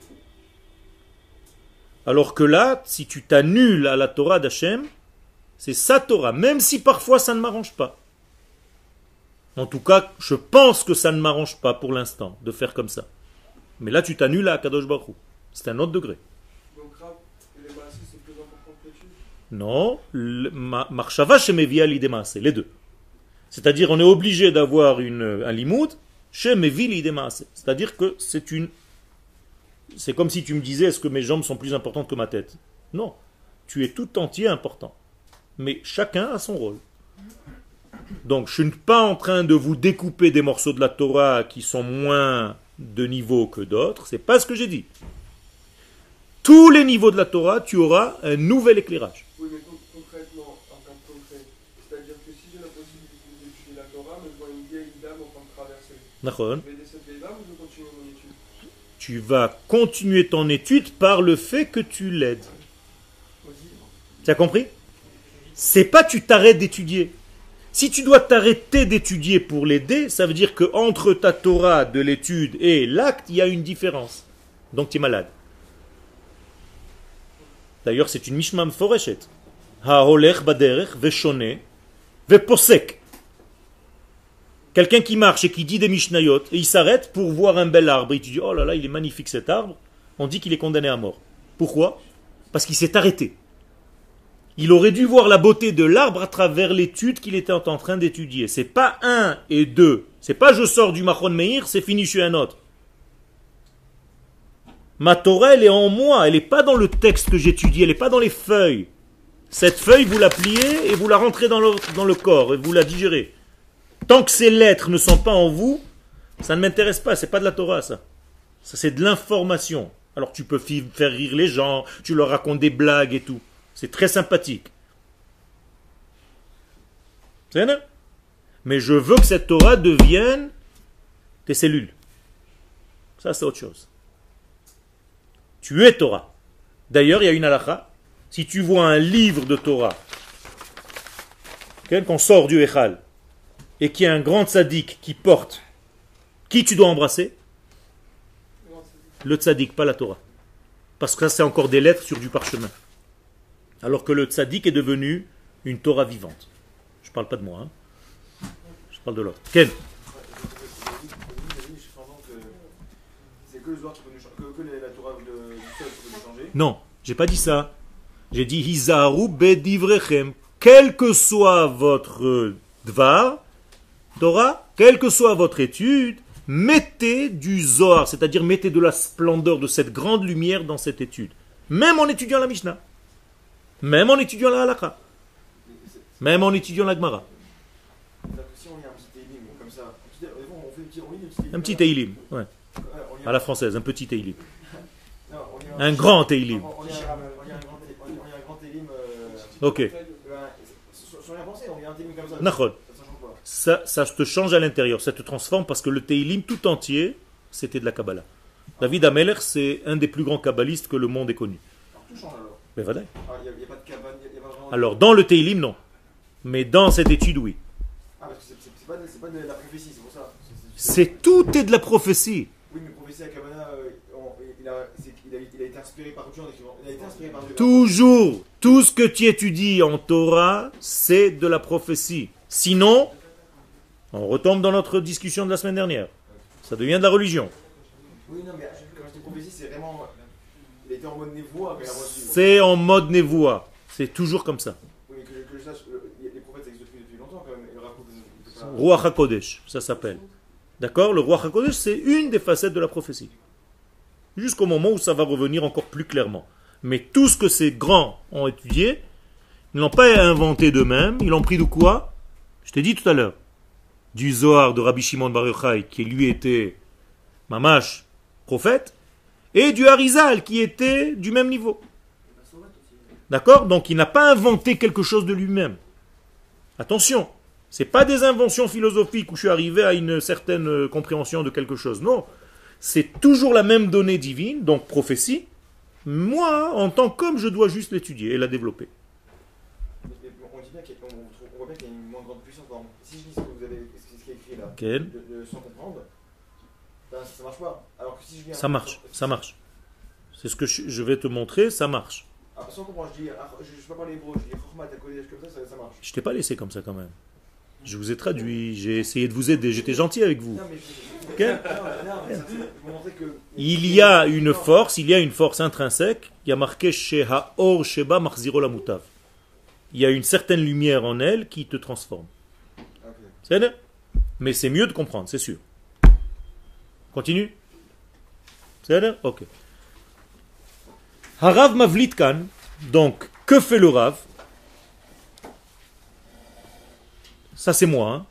Alors que là, si tu t'annules à la Torah d'Hachem, c'est sa Torah, même si parfois ça ne m'arrange pas. En tout cas, je pense que ça ne m'arrange pas pour l'instant de faire comme ça. Mais là, tu t'annules à Kadosh Baruch Hu. C'est un autre degré. Donc, rap, et les maasés, c'est plus important que l'étude. Non, le- ma- Marshava chez Mevia l'idéma, c'est les deux. C'est-à-dire, on est obligé d'avoir une, un limoud chez Mevi l'idéma. C'est-à-dire que c'est une. C'est comme si tu me disais, est-ce que mes jambes sont plus importantes que ma tête? Non, tu es tout entier important. Mais chacun a son rôle. Donc, je ne suis pas en train de vous découper des morceaux de la Torah qui sont moins de niveau que d'autres. C'est pas ce que j'ai dit. Tous les niveaux de la Torah, tu auras un nouvel éclairage. Oui, mais con- concrètement, en tant que concret, c'est-à-dire que si j'ai la possibilité d'étudier la Torah, mais je vois une vieille dame en train de traverser, Nachon. je vais aider cette vieille dame ou je vais continuer mon étude? Tu vas continuer ton étude par le fait que tu l'aides. Aussi. Tu as compris? C'est pas tu t'arrêtes d'étudier. Si tu dois t'arrêter d'étudier pour l'aider, ça veut dire que entre ta Torah de l'étude et l'acte, il y a une différence. Donc tu es malade. D'ailleurs, c'est une Mishma Meforeshet. Ha'olech baderech veshone veposek. Quelqu'un qui marche et qui dit des Mishnayot, et il s'arrête pour voir un bel arbre, et tu dis, oh là là, il est magnifique cet arbre, on dit qu'il est condamné à mort. Pourquoi? Parce qu'il s'est arrêté. Il aurait dû voir la beauté de l'arbre à travers l'étude qu'il était en train d'étudier. C'est pas un et deux. C'est pas je sors du Machon Meir, c'est fini, je suis un autre. Ma Torah, elle est en moi, elle n'est pas dans le texte que j'étudie, elle n'est pas dans les feuilles. Cette feuille, vous la pliez et vous la rentrez dans le, dans le corps et vous la digérez. Tant que ces lettres ne sont pas en vous, ça ne m'intéresse pas, c'est pas de la Torah ça. Ça c'est de l'information. Alors tu peux faire rire les gens, tu leur racontes des blagues et tout. C'est très sympathique. C'est vrai? Mais je veux que cette Torah devienne tes cellules. Ça c'est autre chose. Tu es Torah. D'ailleurs, il y a une halakha. Si tu vois un livre de Torah, okay, qu'on sort du Echal, et qu'il y a un grand tzaddik qui porte, qui tu dois embrasser? Le tzaddik, pas la Torah. Parce que ça, c'est encore des lettres sur du parchemin. Alors que le tzaddik est devenu une Torah vivante. Je ne parle pas de moi, hein. Je parle de l'autre. Ken? C'est que le Zohar qui peut nous changer, que, que la Torah du sol peut nous changer. Non, j'ai pas dit ça. J'ai dit Hizaru bedivrechem. Quel que soit votre dvar, Torah, quelle que soit votre étude, mettez du Zohar, c'est-à-dire mettez de la splendeur de cette grande lumière dans cette étude. Même en étudiant la Mishnah. Même en étudiant la Halakha. Même en étudiant la Gemara. Si on lit un petit Teilim comme ça, on fait petit, on lit un petit Un petit Teilim, ouais. À la française, un petit Teilim. Un grand Teilim. On lit un grand Teilim. Ok. Sans rien penser, on lit un Teilim comme ça. Nachol. Ça, ça te change à l'intérieur, ça te transforme parce que le Teilim tout entier, c'était de la Kabbalah. David Ameller, c'est un des plus grands kabbalistes que le monde ait connu. Alors tout change alors. Mais voilà. Ah, il n'y a, a pas de Kabbalah, il n'y a pas vraiment. Alors dans le Teilim, non. Mais dans cette étude, oui. Ah, parce que c'est pas, pas de la prophétie, c'est pour ça. C'est tout est de la prophétie. Oui, mais prophétie à Kabbalah, euh, il, a, il, a, il a été inspiré par Dieu. Il a été inspiré par Dieu. Toujours, tout ce que tu étudies en Torah, c'est de la prophétie. Sinon, on retombe dans notre discussion de la semaine dernière. Ça devient de la religion. Oui, non, mais quand je dis prophétie, c'est vraiment. Il était en mode névoie, mais la voix. C'est en mode névoie. C'est toujours comme ça. Oui, mais que, que je sache, les prophètes existent depuis, depuis longtemps quand même. Et le raconte, pas... Ruach HaKodesh, ça s'appelle. D'accord? Le Ruach HaKodesh, c'est une des facettes de la prophétie. Jusqu'au moment où ça va revenir encore plus clairement. Mais tout ce que ces grands ont étudié, ils n'ont pas inventé d'eux-mêmes. Ils l'ont pris de quoi? Je t'ai dit tout à l'heure. Du Zohar de Rabbi Shimon Bar Yochai, qui lui était mamash, prophète, et du Harizal, qui était du même niveau. D'accord? Donc il n'a pas inventé quelque chose de lui-même. Attention, ce n'est pas des inventions philosophiques où je suis arrivé à une certaine compréhension de quelque chose. Non, c'est toujours la même donnée divine, donc prophétie. Moi, en tant qu'homme, je dois juste l'étudier et la développer. On dit bien qu'il y a, on, on voit bien qu'il y a une moins grande puissance. Dans, si je dis ce que vous avez, ce qui est écrit là, Quel? de, de, sans comprendre, ben, ça marche pas. Alors que si je viens, Ça marche, ça marche. C'est ce que je, je vais te montrer, ça marche. Ah, sans comprendre, je dis, ah, je ne sais pas parler hébreu, je dis Chokhmat, Kodesh, comme ça, ça, ça marche. Je t'ai pas laissé comme ça quand même. Je vous ai traduit, j'ai essayé de vous aider, j'étais gentil avec vous. Non, mais je, Okay. non, non, mais ça, c'est pour montrer que. Il y a une force, il y a une force intrinsèque. Il y a marqué chez Haor Sheba Machziro la Mutav. Il y a une certaine lumière en elle qui te transforme. Okay. C'est vrai? Mais c'est mieux de comprendre, c'est sûr. Continue. C'est vrai? Ok. Harav Mavlitkan. Donc, que fait le Rav? Ça c'est moi. Hein.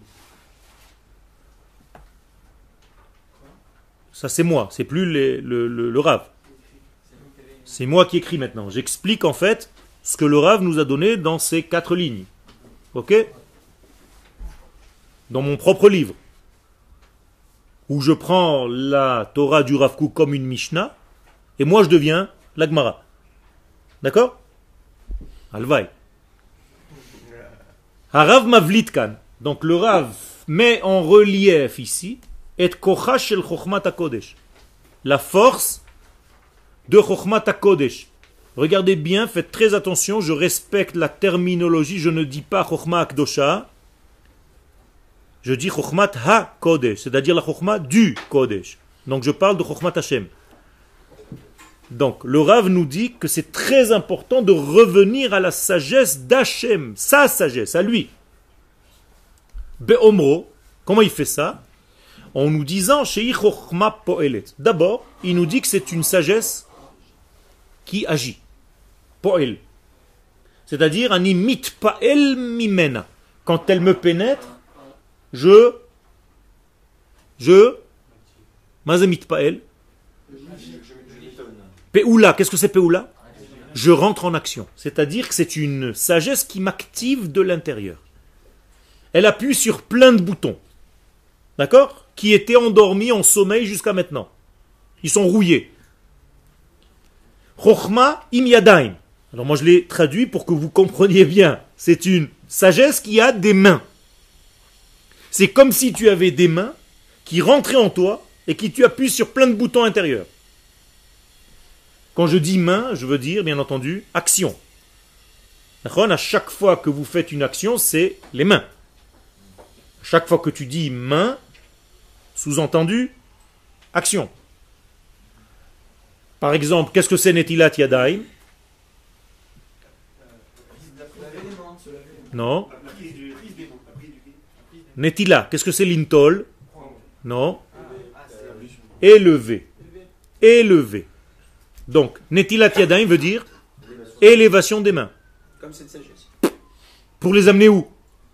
Ça c'est moi, c'est plus les, le, le, le Rav. C'est moi qui écris maintenant. J'explique en fait ce que le Rav nous a donné dans ces quatre lignes. Ok? Dans mon propre livre. Où je prends la Torah du Rav Kook comme une Mishnah, et moi je deviens la Gemara. D'accord? Alvaï. Harav Mavlitkan. Donc le Rav met en relief ici et kocha shel Chokhmat HaKodesh. La force de Chokhmat HaKodesh. Regardez bien, faites très attention, je respecte la terminologie, je ne dis pas Chokhmat HaKdosha, je dis Chokhmat HaKodesh, c'est-à-dire la Chokhmat du Kodesh. Donc je parle de Chokhmat Hashem. Donc le Rav nous dit que c'est très important de revenir à la sagesse d'Hachem, sa sagesse, à lui. Be'omro, comment il fait ça? en nous disant Shei Chochma Poelet. D'abord, il nous dit que c'est une sagesse qui agit. Poel. C'est-à-dire, Ani mitpael mimena. Quand elle me pénètre, je. Je. Maze mitpael. Peoula. Qu'est-ce que c'est Peoula? Je rentre en action. C'est-à-dire que c'est une sagesse qui m'active de l'intérieur. Elle appuie sur plein de boutons. D'accord? Qui étaient endormis en sommeil jusqu'à maintenant. Ils sont rouillés. Chochma im yadaim. Alors moi je l'ai traduit pour que vous compreniez bien. C'est une sagesse qui a des mains. C'est comme si tu avais des mains qui rentraient en toi et qui tu appuies sur plein de boutons intérieurs. Quand je dis main, je veux dire, bien entendu, action. À chaque fois que vous faites une action, c'est les mains. Chaque fois que tu dis main, sous-entendu, action. Par exemple, qu'est-ce que c'est Netilat Yadayim? Non. Netila, qu'est-ce que c'est l'intol? Non. Élevé. Élevé. Donc, Netilat Yadayim veut dire élévation des mains. Comme cette sagesse. Pour les amener où?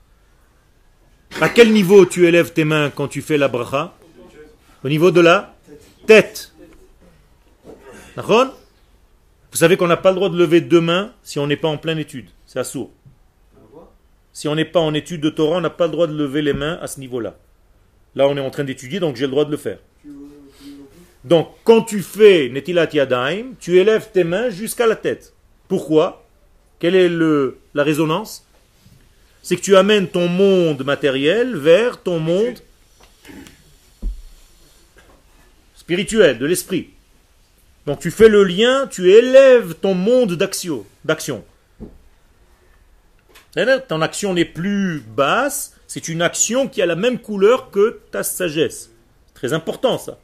À quel niveau tu élèves tes mains quand tu fais la bracha? Au niveau de la tête. D'accord? Vous savez qu'on n'a pas le droit de lever deux mains si on n'est pas en pleine étude. C'est assourd. Si on n'est pas en étude de Torah, on n'a pas le droit de lever les mains à ce niveau-là. Là, on est en train d'étudier, donc j'ai le droit de le faire. Donc, quand tu fais Netilat Yadayim, tu élèves tes mains jusqu'à la tête. Pourquoi? Quelle est le, la résonance? C'est que tu amènes ton monde matériel vers ton monde spirituel, de l'esprit. Donc tu fais le lien, tu élèves ton monde d'action. d'action. Ton action n'est plus basse, c'est une action qui a la même couleur que ta sagesse. C'est très important ça.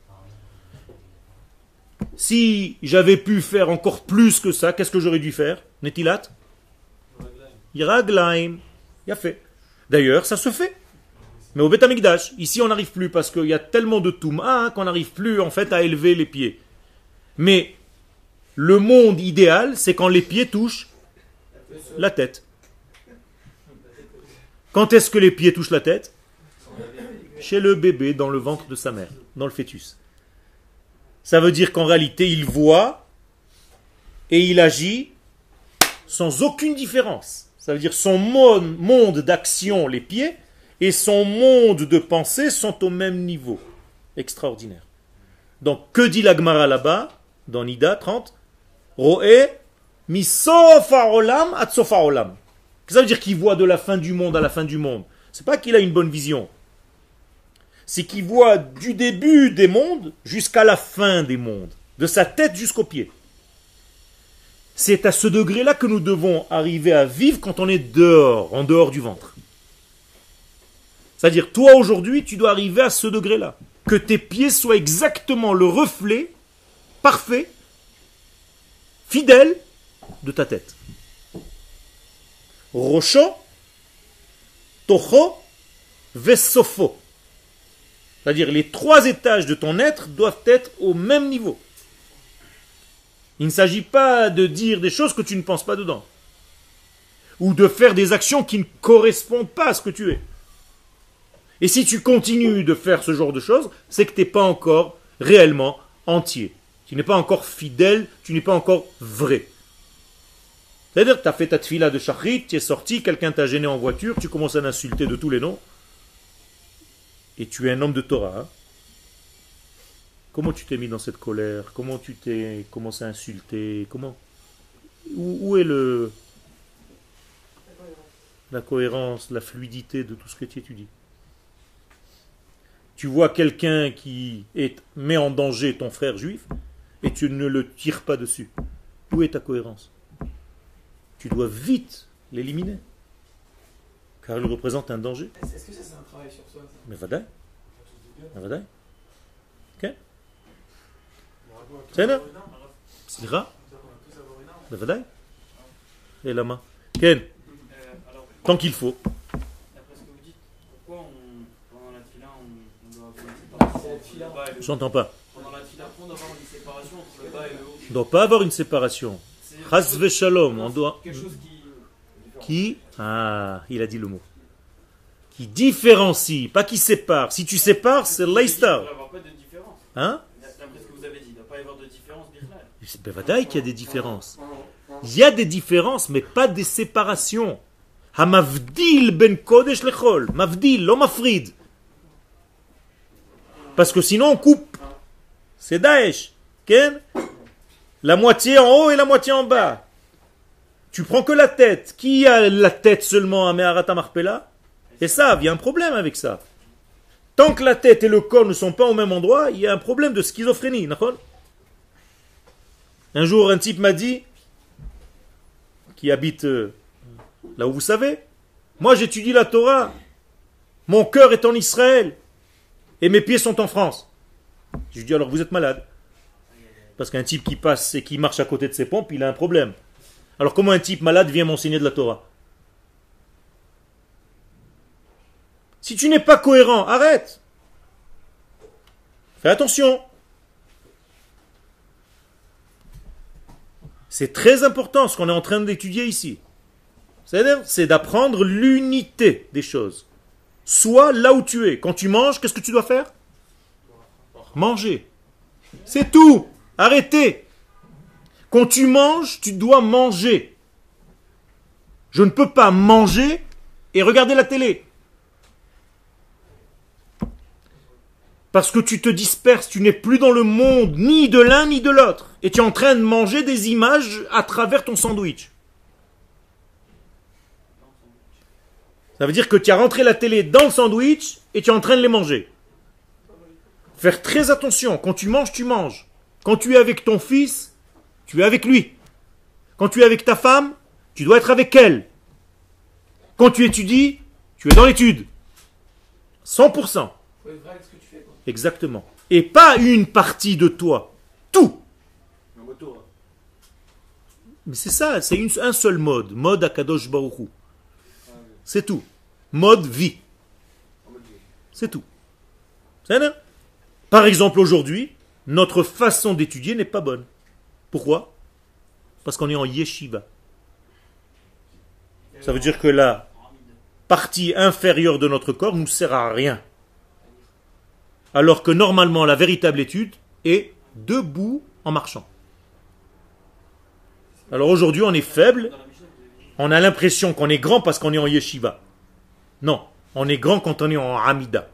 Si j'avais pu faire encore plus que ça, qu'est-ce que j'aurais dû faire? Netilat? Iraglaim. Il a fait. D'ailleurs, ça se fait. Mais au Beth Amikdash, ici on n'arrive plus parce qu'il y a tellement de touma hein, qu'on n'arrive plus en fait à élever les pieds. Mais le monde idéal, c'est quand les pieds touchent la tête. Quand est-ce que les pieds touchent la tête? Chez le bébé, dans le ventre de sa mère, dans le fœtus. Ça veut dire qu'en réalité, il voit et il agit sans aucune différence. Ça veut dire son monde d'action, les pieds, et son monde de pensée sont au même niveau. Extraordinaire. Donc, que dit la Gemara là-bas, dans Nida trente? Ro'e mi sofa olam at sofa olam. Ça veut dire qu'il voit de la fin du monde à la fin du monde. C'est pas qu'il a une bonne vision. C'est qu'il voit du début des mondes jusqu'à la fin des mondes. De sa tête jusqu'aux pieds. C'est à ce degré-là que nous devons arriver à vivre quand on est dehors, en dehors du ventre. C'est-à-dire, toi aujourd'hui, tu dois arriver à ce degré-là. Que tes pieds soient exactement le reflet parfait, fidèle de ta tête. Rocho, Tocho, Vesofo. C'est-à-dire, les trois étages de ton être doivent être au même niveau. Il ne s'agit pas de dire des choses que tu ne penses pas dedans. Ou de faire des actions qui ne correspondent pas à ce que tu es. Et si tu continues de faire ce genre de choses, c'est que tu n'es pas encore réellement entier. Tu n'es pas encore fidèle, tu n'es pas encore vrai. C'est-à-dire que tu as fait ta tfila de shachrit, tu es sorti, quelqu'un t'a gêné en voiture, tu commences à l'insulter de tous les noms. Et tu es un homme de Torah. Hein? Comment tu t'es mis dans cette colère? Comment tu t'es commencé à insulter? Comment où, où est le la cohérence, la fluidité de tout ce que tu étudies? Tu vois quelqu'un qui est, met en danger ton frère juif et tu ne le tires pas dessus. Où est ta cohérence? Tu dois vite l'éliminer. Car il représente un danger. Est-ce que ça c'est un travail sur soi ça? Mais vadaï. Mais vadaï. Ok. C'est là. Sira. Mais vadaï. Et la main. Ken. Tant qu'il faut. D'après ce que vous dites, pourquoi on, pendant la tefila, on, on doit avoir cette tfila, le bas et le haut. J'entends pas. Pendant la tfila, on doit avoir une séparation entre le bas et le haut. On ne doit pas avoir une séparation. C'est Chas v'shalom, on doit... quelque chose qui. Qui Ah, il a dit le mot. Qui différencie, pas qui sépare. Si tu sépares, c'est Il l'aïstar. ne doit avoir pas de différence. Hein D'après ce que vous avez dit, il ne doit pas y avoir de différence bichlal. C'est bevadaï qu'il y a des différences. Il y a des différences, mais pas des séparations. Hamavdil ben kodesh lechol. Mavdil, l'homme mafrid. Parce que sinon on coupe. C'est Daesh. Ken La moitié en haut et la moitié en bas. Tu prends que la tête. Qui a la tête seulement à Meharata Marpella? Et ça, il y a un problème avec ça. Tant que la tête et le corps ne sont pas au même endroit, il y a un problème de schizophrénie. D'accord? Un jour, un type m'a dit, qui habite euh, là où vous savez, moi j'étudie la Torah, mon cœur est en Israël, et mes pieds sont en France. Je lui dis alors vous êtes malade. Parce qu'un type qui passe et qui marche à côté de ses pompes, il a un problème. Alors comment un type malade vient m'enseigner de la Torah? Si tu n'es pas cohérent, arrête. Fais attention. C'est très important ce qu'on est en train d'étudier ici. C'est-à-dire, c'est d'apprendre l'unité des choses. Sois là où tu es. Quand tu manges, qu'est-ce que tu dois faire? Manger. C'est tout. Arrêtez. Quand tu manges, tu dois manger. Je ne peux pas manger et regarder la télé. Parce que tu te disperses, tu n'es plus dans le monde, ni de l'un ni de l'autre. Et tu es en train de manger des images à travers ton sandwich. Ça veut dire que tu as rentré la télé dans le sandwich et tu es en train de les manger. Faire très attention, quand tu manges, tu manges. Quand tu es avec ton fils, tu es avec lui. Quand tu es avec ta femme, tu dois être avec elle. Quand tu étudies, tu es dans l'étude. cent pour cent. Faut être vrai avec ce que tu fais, quoi. Exactement. Et pas une partie de toi. Tout. Un moto. Mais c'est ça, c'est une- un seul mode. Mode Akadosh Baruch Hu. C'est tout. Mode vie. C'est tout. C'est ça? Par exemple, aujourd'hui, notre façon d'étudier n'est pas bonne. Pourquoi? Parce qu'on est en yeshiva. Ça veut dire que la partie inférieure de notre corps ne nous sert à rien. Alors que normalement, la véritable étude est debout en marchant. Alors aujourd'hui, on est faible. On a l'impression qu'on est grand parce qu'on est en yeshiva. Non, on est grand quand on est en amida.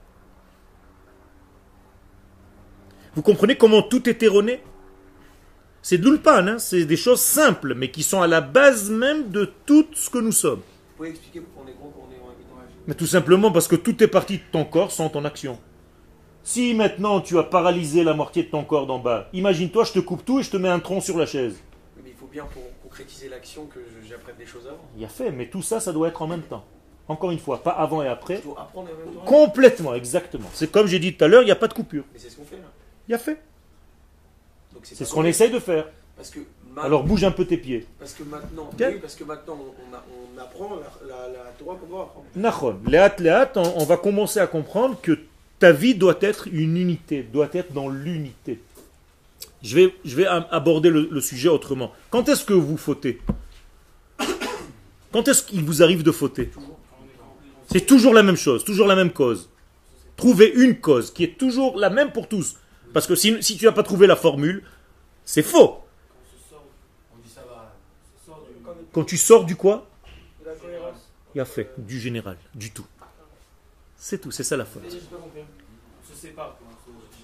Vous comprenez comment tout est erroné? C'est de l'ulpan, hein, c'est des choses simples, mais qui sont à la base même de tout ce que nous sommes. Vous pouvez expliquer pourquoi on est gros quand on est en habitant? Mais tout simplement parce que toutes les parties de ton corps sont en action. Si maintenant tu as paralysé la moitié de ton corps d'en bas, imagine-toi, je te coupe tout et je te mets un tronc sur la chaise. Mais il faut bien pour concrétiser l'action que je- j'apprenne des choses avant. Il y a fait, mais tout ça, ça doit être en même temps. Encore une fois, pas avant et après. Il faut apprendre en même temps. Complètement, exactement. C'est comme j'ai dit tout à l'heure, il n'y a pas de coupure. Mais c'est ce qu'on fait là. Il y a fait. Donc C'est pas ce qu'on vrai. essaye de faire. Parce que, ma- Alors bouge un peu tes pieds. parce que maintenant, Ok. oui, parce que maintenant on, on a- on apprend la, la, la Torah qu'on doit apprendre. Nachon, léat, léat, on, on va commencer à comprendre que ta vie doit être une unité, doit être dans l'unité. Je vais, je vais am- aborder le, le sujet autrement. Quand est-ce que vous fautez? Quand est-ce qu'il vous arrive de fauter? C'est toujours la même chose, toujours la même cause. Trouvez une cause qui est toujours la même pour tous. Parce que si, si tu n'as pas trouvé la formule, c'est faux. On dit ça va. Ça sort du. Quand tu sors du quoi? De la cohérence. Il a fait du général, du tout. C'est tout, c'est ça la faute. J'ai pas compris. On se sépare, quoi.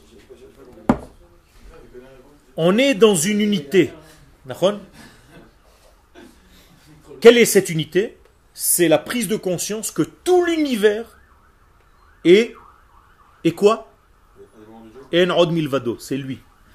On est dans une unité. D'accord? Quelle est cette unité? C'est la prise de conscience que tout l'univers est, est quoi? En od milvado, c'est lui.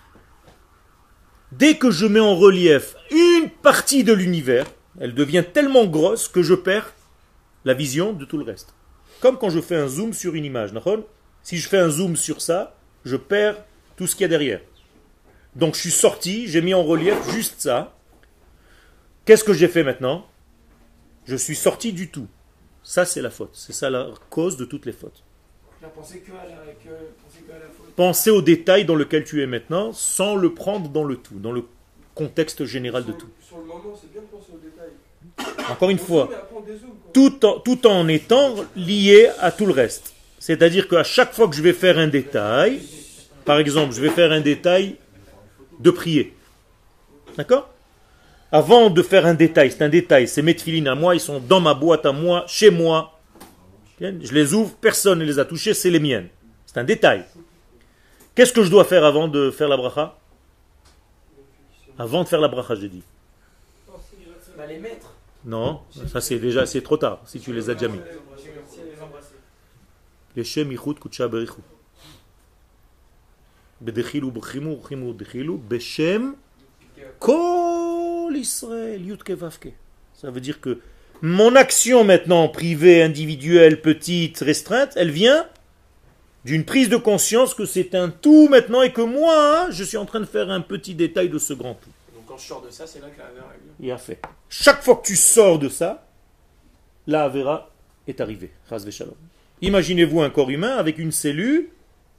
Dès que je mets en relief une partie de l'univers, elle devient tellement grosse que je perds la vision de tout le reste. Comme quand je fais un zoom sur une image. D'accord? Si je fais un zoom sur ça, je perds tout ce qu'il y a derrière. Donc je suis sorti, j'ai mis en relief juste ça. Qu'est-ce que j'ai fait maintenant? Je suis sorti du tout. Ça c'est la faute. C'est ça la cause de toutes les fautes. Faire penser que à la, que, penser que à la faute. Penser au détail dans lequel tu es maintenant, sans le prendre dans le tout, dans le contexte général de Sur- tout. Sur le moment, c'est bien de penser aux détails. Encore une On fois, zoome et après on dézoome, quoi. tout en, tout en étant lié à tout le reste. C'est-à-dire qu'à chaque fois que je vais faire un détail, par exemple, je vais faire un détail de prier. D'accord? Avant de faire un détail, c'est un détail, c'est mes tefilines à moi, ils sont dans ma boîte à moi, chez moi. Je les ouvre, personne ne les a touchés, c'est les miennes. C'est un détail. Qu'est-ce que je dois faire avant de faire la bracha? Avant de faire la bracha, j'ai dit. Bah, les mettre. Non, ça c'est déjà, c'est trop tard, si tu les as déjà mis. Les embrasser. Leshem yichud kutsha berichu. Bedechilu b'chimu chimu dechilu beshem kol Israël yudke vavke. Ça veut dire que mon action maintenant privée, individuelle, petite, restreinte, elle vient d'une prise de conscience que c'est un tout maintenant et que moi, hein, je suis en train de faire un petit détail de ce grand tout. Donc quand je sors de ça, c'est là que la Avera est venue. Il a fait. Chaque fois que tu sors de ça, la Avera est arrivée. Chas v'shalom. Imaginez-vous un corps humain avec une cellule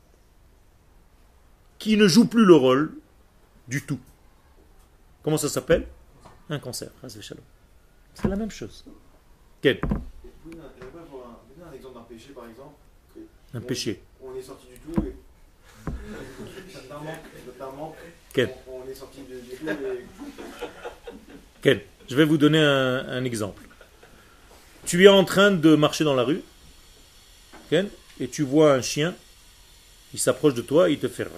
qui ne joue plus le rôle du tout. Comment ça s'appelle? Un cancer. Chas v'shalom. C'est la même chose. Quel? Vous pouvez avoir un, donner un exemple d'un péché, par exemple. Un On- péché. On est sorti du tout et. D'un manque, d'un manque. Quel? On, on est sorti du, du tout et. Quel? Je vais vous donner un, un exemple. Tu es en train de marcher dans la rue, Ken, et tu vois un chien, il s'approche de toi, il te fait...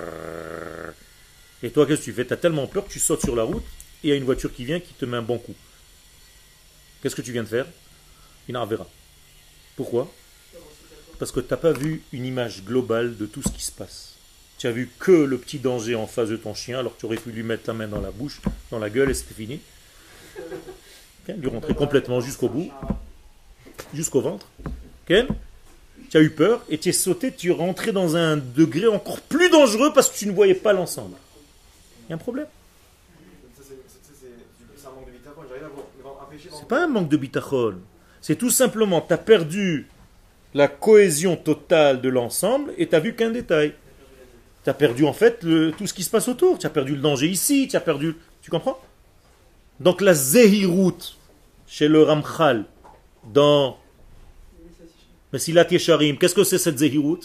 Et toi, qu'est-ce que tu fais? Tu as tellement peur que tu sautes sur la route, et il y a une voiture qui vient qui te met un bon coup. Qu'est-ce que tu viens de faire? Une avera. Pourquoi? Parce que tu n'as pas vu une image globale de tout ce qui se passe. Tu as vu que le petit danger en face de ton chien, alors que tu aurais pu lui mettre la main dans la bouche, dans la gueule, et c'était fini. Ken, lui rentrer complètement jusqu'au bout, jusqu'au ventre. Ken, tu as eu peur et tu es sauté, tu es rentré dans un degré encore plus dangereux parce que tu ne voyais pas l'ensemble. Il y a un problème. Ça, c'est- ça, c'est- c'est un manque de vitesse. J'arrive à voir un péché dans C'est pas un manque de bitachon. C'est tout simplement, tu as perdu la cohésion totale de l'ensemble et tu n'as vu qu'un détail. Tu as perdu en fait le- tout ce qui se passe autour. Tu as perdu le danger ici, tu as perdu... Tu comprends? Donc la zehirut chez le Ramchal dans Mesilat Yesharim, qu'est-ce que c'est cette zehirut?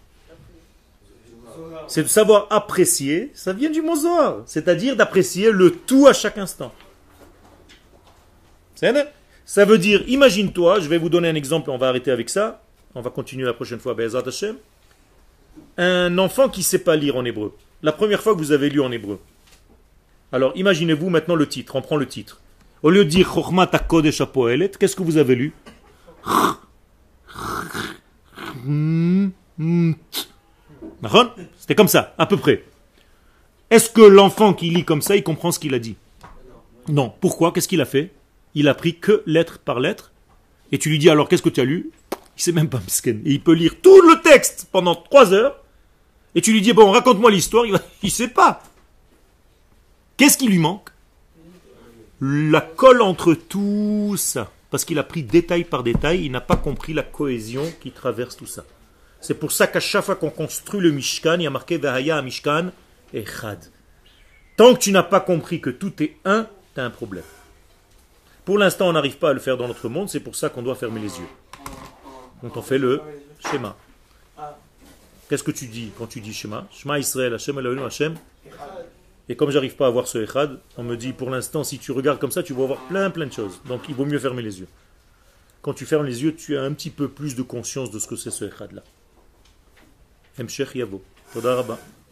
C'est de savoir apprécier, ça vient du mot Zohar, c'est-à-dire d'apprécier le tout à chaque instant. C'est vrai? Ça veut dire, imagine-toi, je vais vous donner un exemple, on va arrêter avec ça, on va continuer la prochaine fois, Be'ezrat Hashem. Un enfant qui ne sait pas lire en hébreu, la première fois que vous avez lu en hébreu. Alors imaginez-vous maintenant le titre, on prend le titre. Au lieu de dire Chochmat HaKodesh HaPoelet, qu'est-ce que vous avez lu? C'était comme ça, à peu près. Est-ce que l'enfant qui lit comme ça, il comprend ce qu'il a dit? Non. Pourquoi? Qu'est-ce qu'il a fait? Il a pris que lettre par lettre. Et tu lui dis alors, qu'est-ce que tu as lu? Il sait même pas, misken. Et il peut lire tout le texte pendant trois heures. Et tu lui dis, bon, raconte-moi l'histoire. Il va... il sait pas. Qu'est-ce qui lui manque? La colle entre tout ça. Parce qu'il a pris détail par détail, il n'a pas compris la cohésion qui traverse tout ça. C'est pour ça qu'à chaque fois qu'on construit le Mishkan, il y a marqué Vahaya Mishkan Echad. Tant que tu n'as pas compris que tout est un, tu as un problème. Pour l'instant, on n'arrive pas à le faire dans notre monde, c'est pour ça qu'on doit fermer les yeux. Donc on fait le schéma. Qu'est-ce que tu dis quand tu dis schéma? Shema Israël, Hashem Eloheinu Hashem. Et comme j'arrive pas à voir ce Echad, on me dit pour l'instant, si tu regardes comme ça, tu vas voir plein plein de choses. Donc il vaut mieux fermer les yeux. Quand tu fermes les yeux, tu as un petit peu plus de conscience de ce que c'est ce Echad là. Hemshech Yavo. Toda Rabba.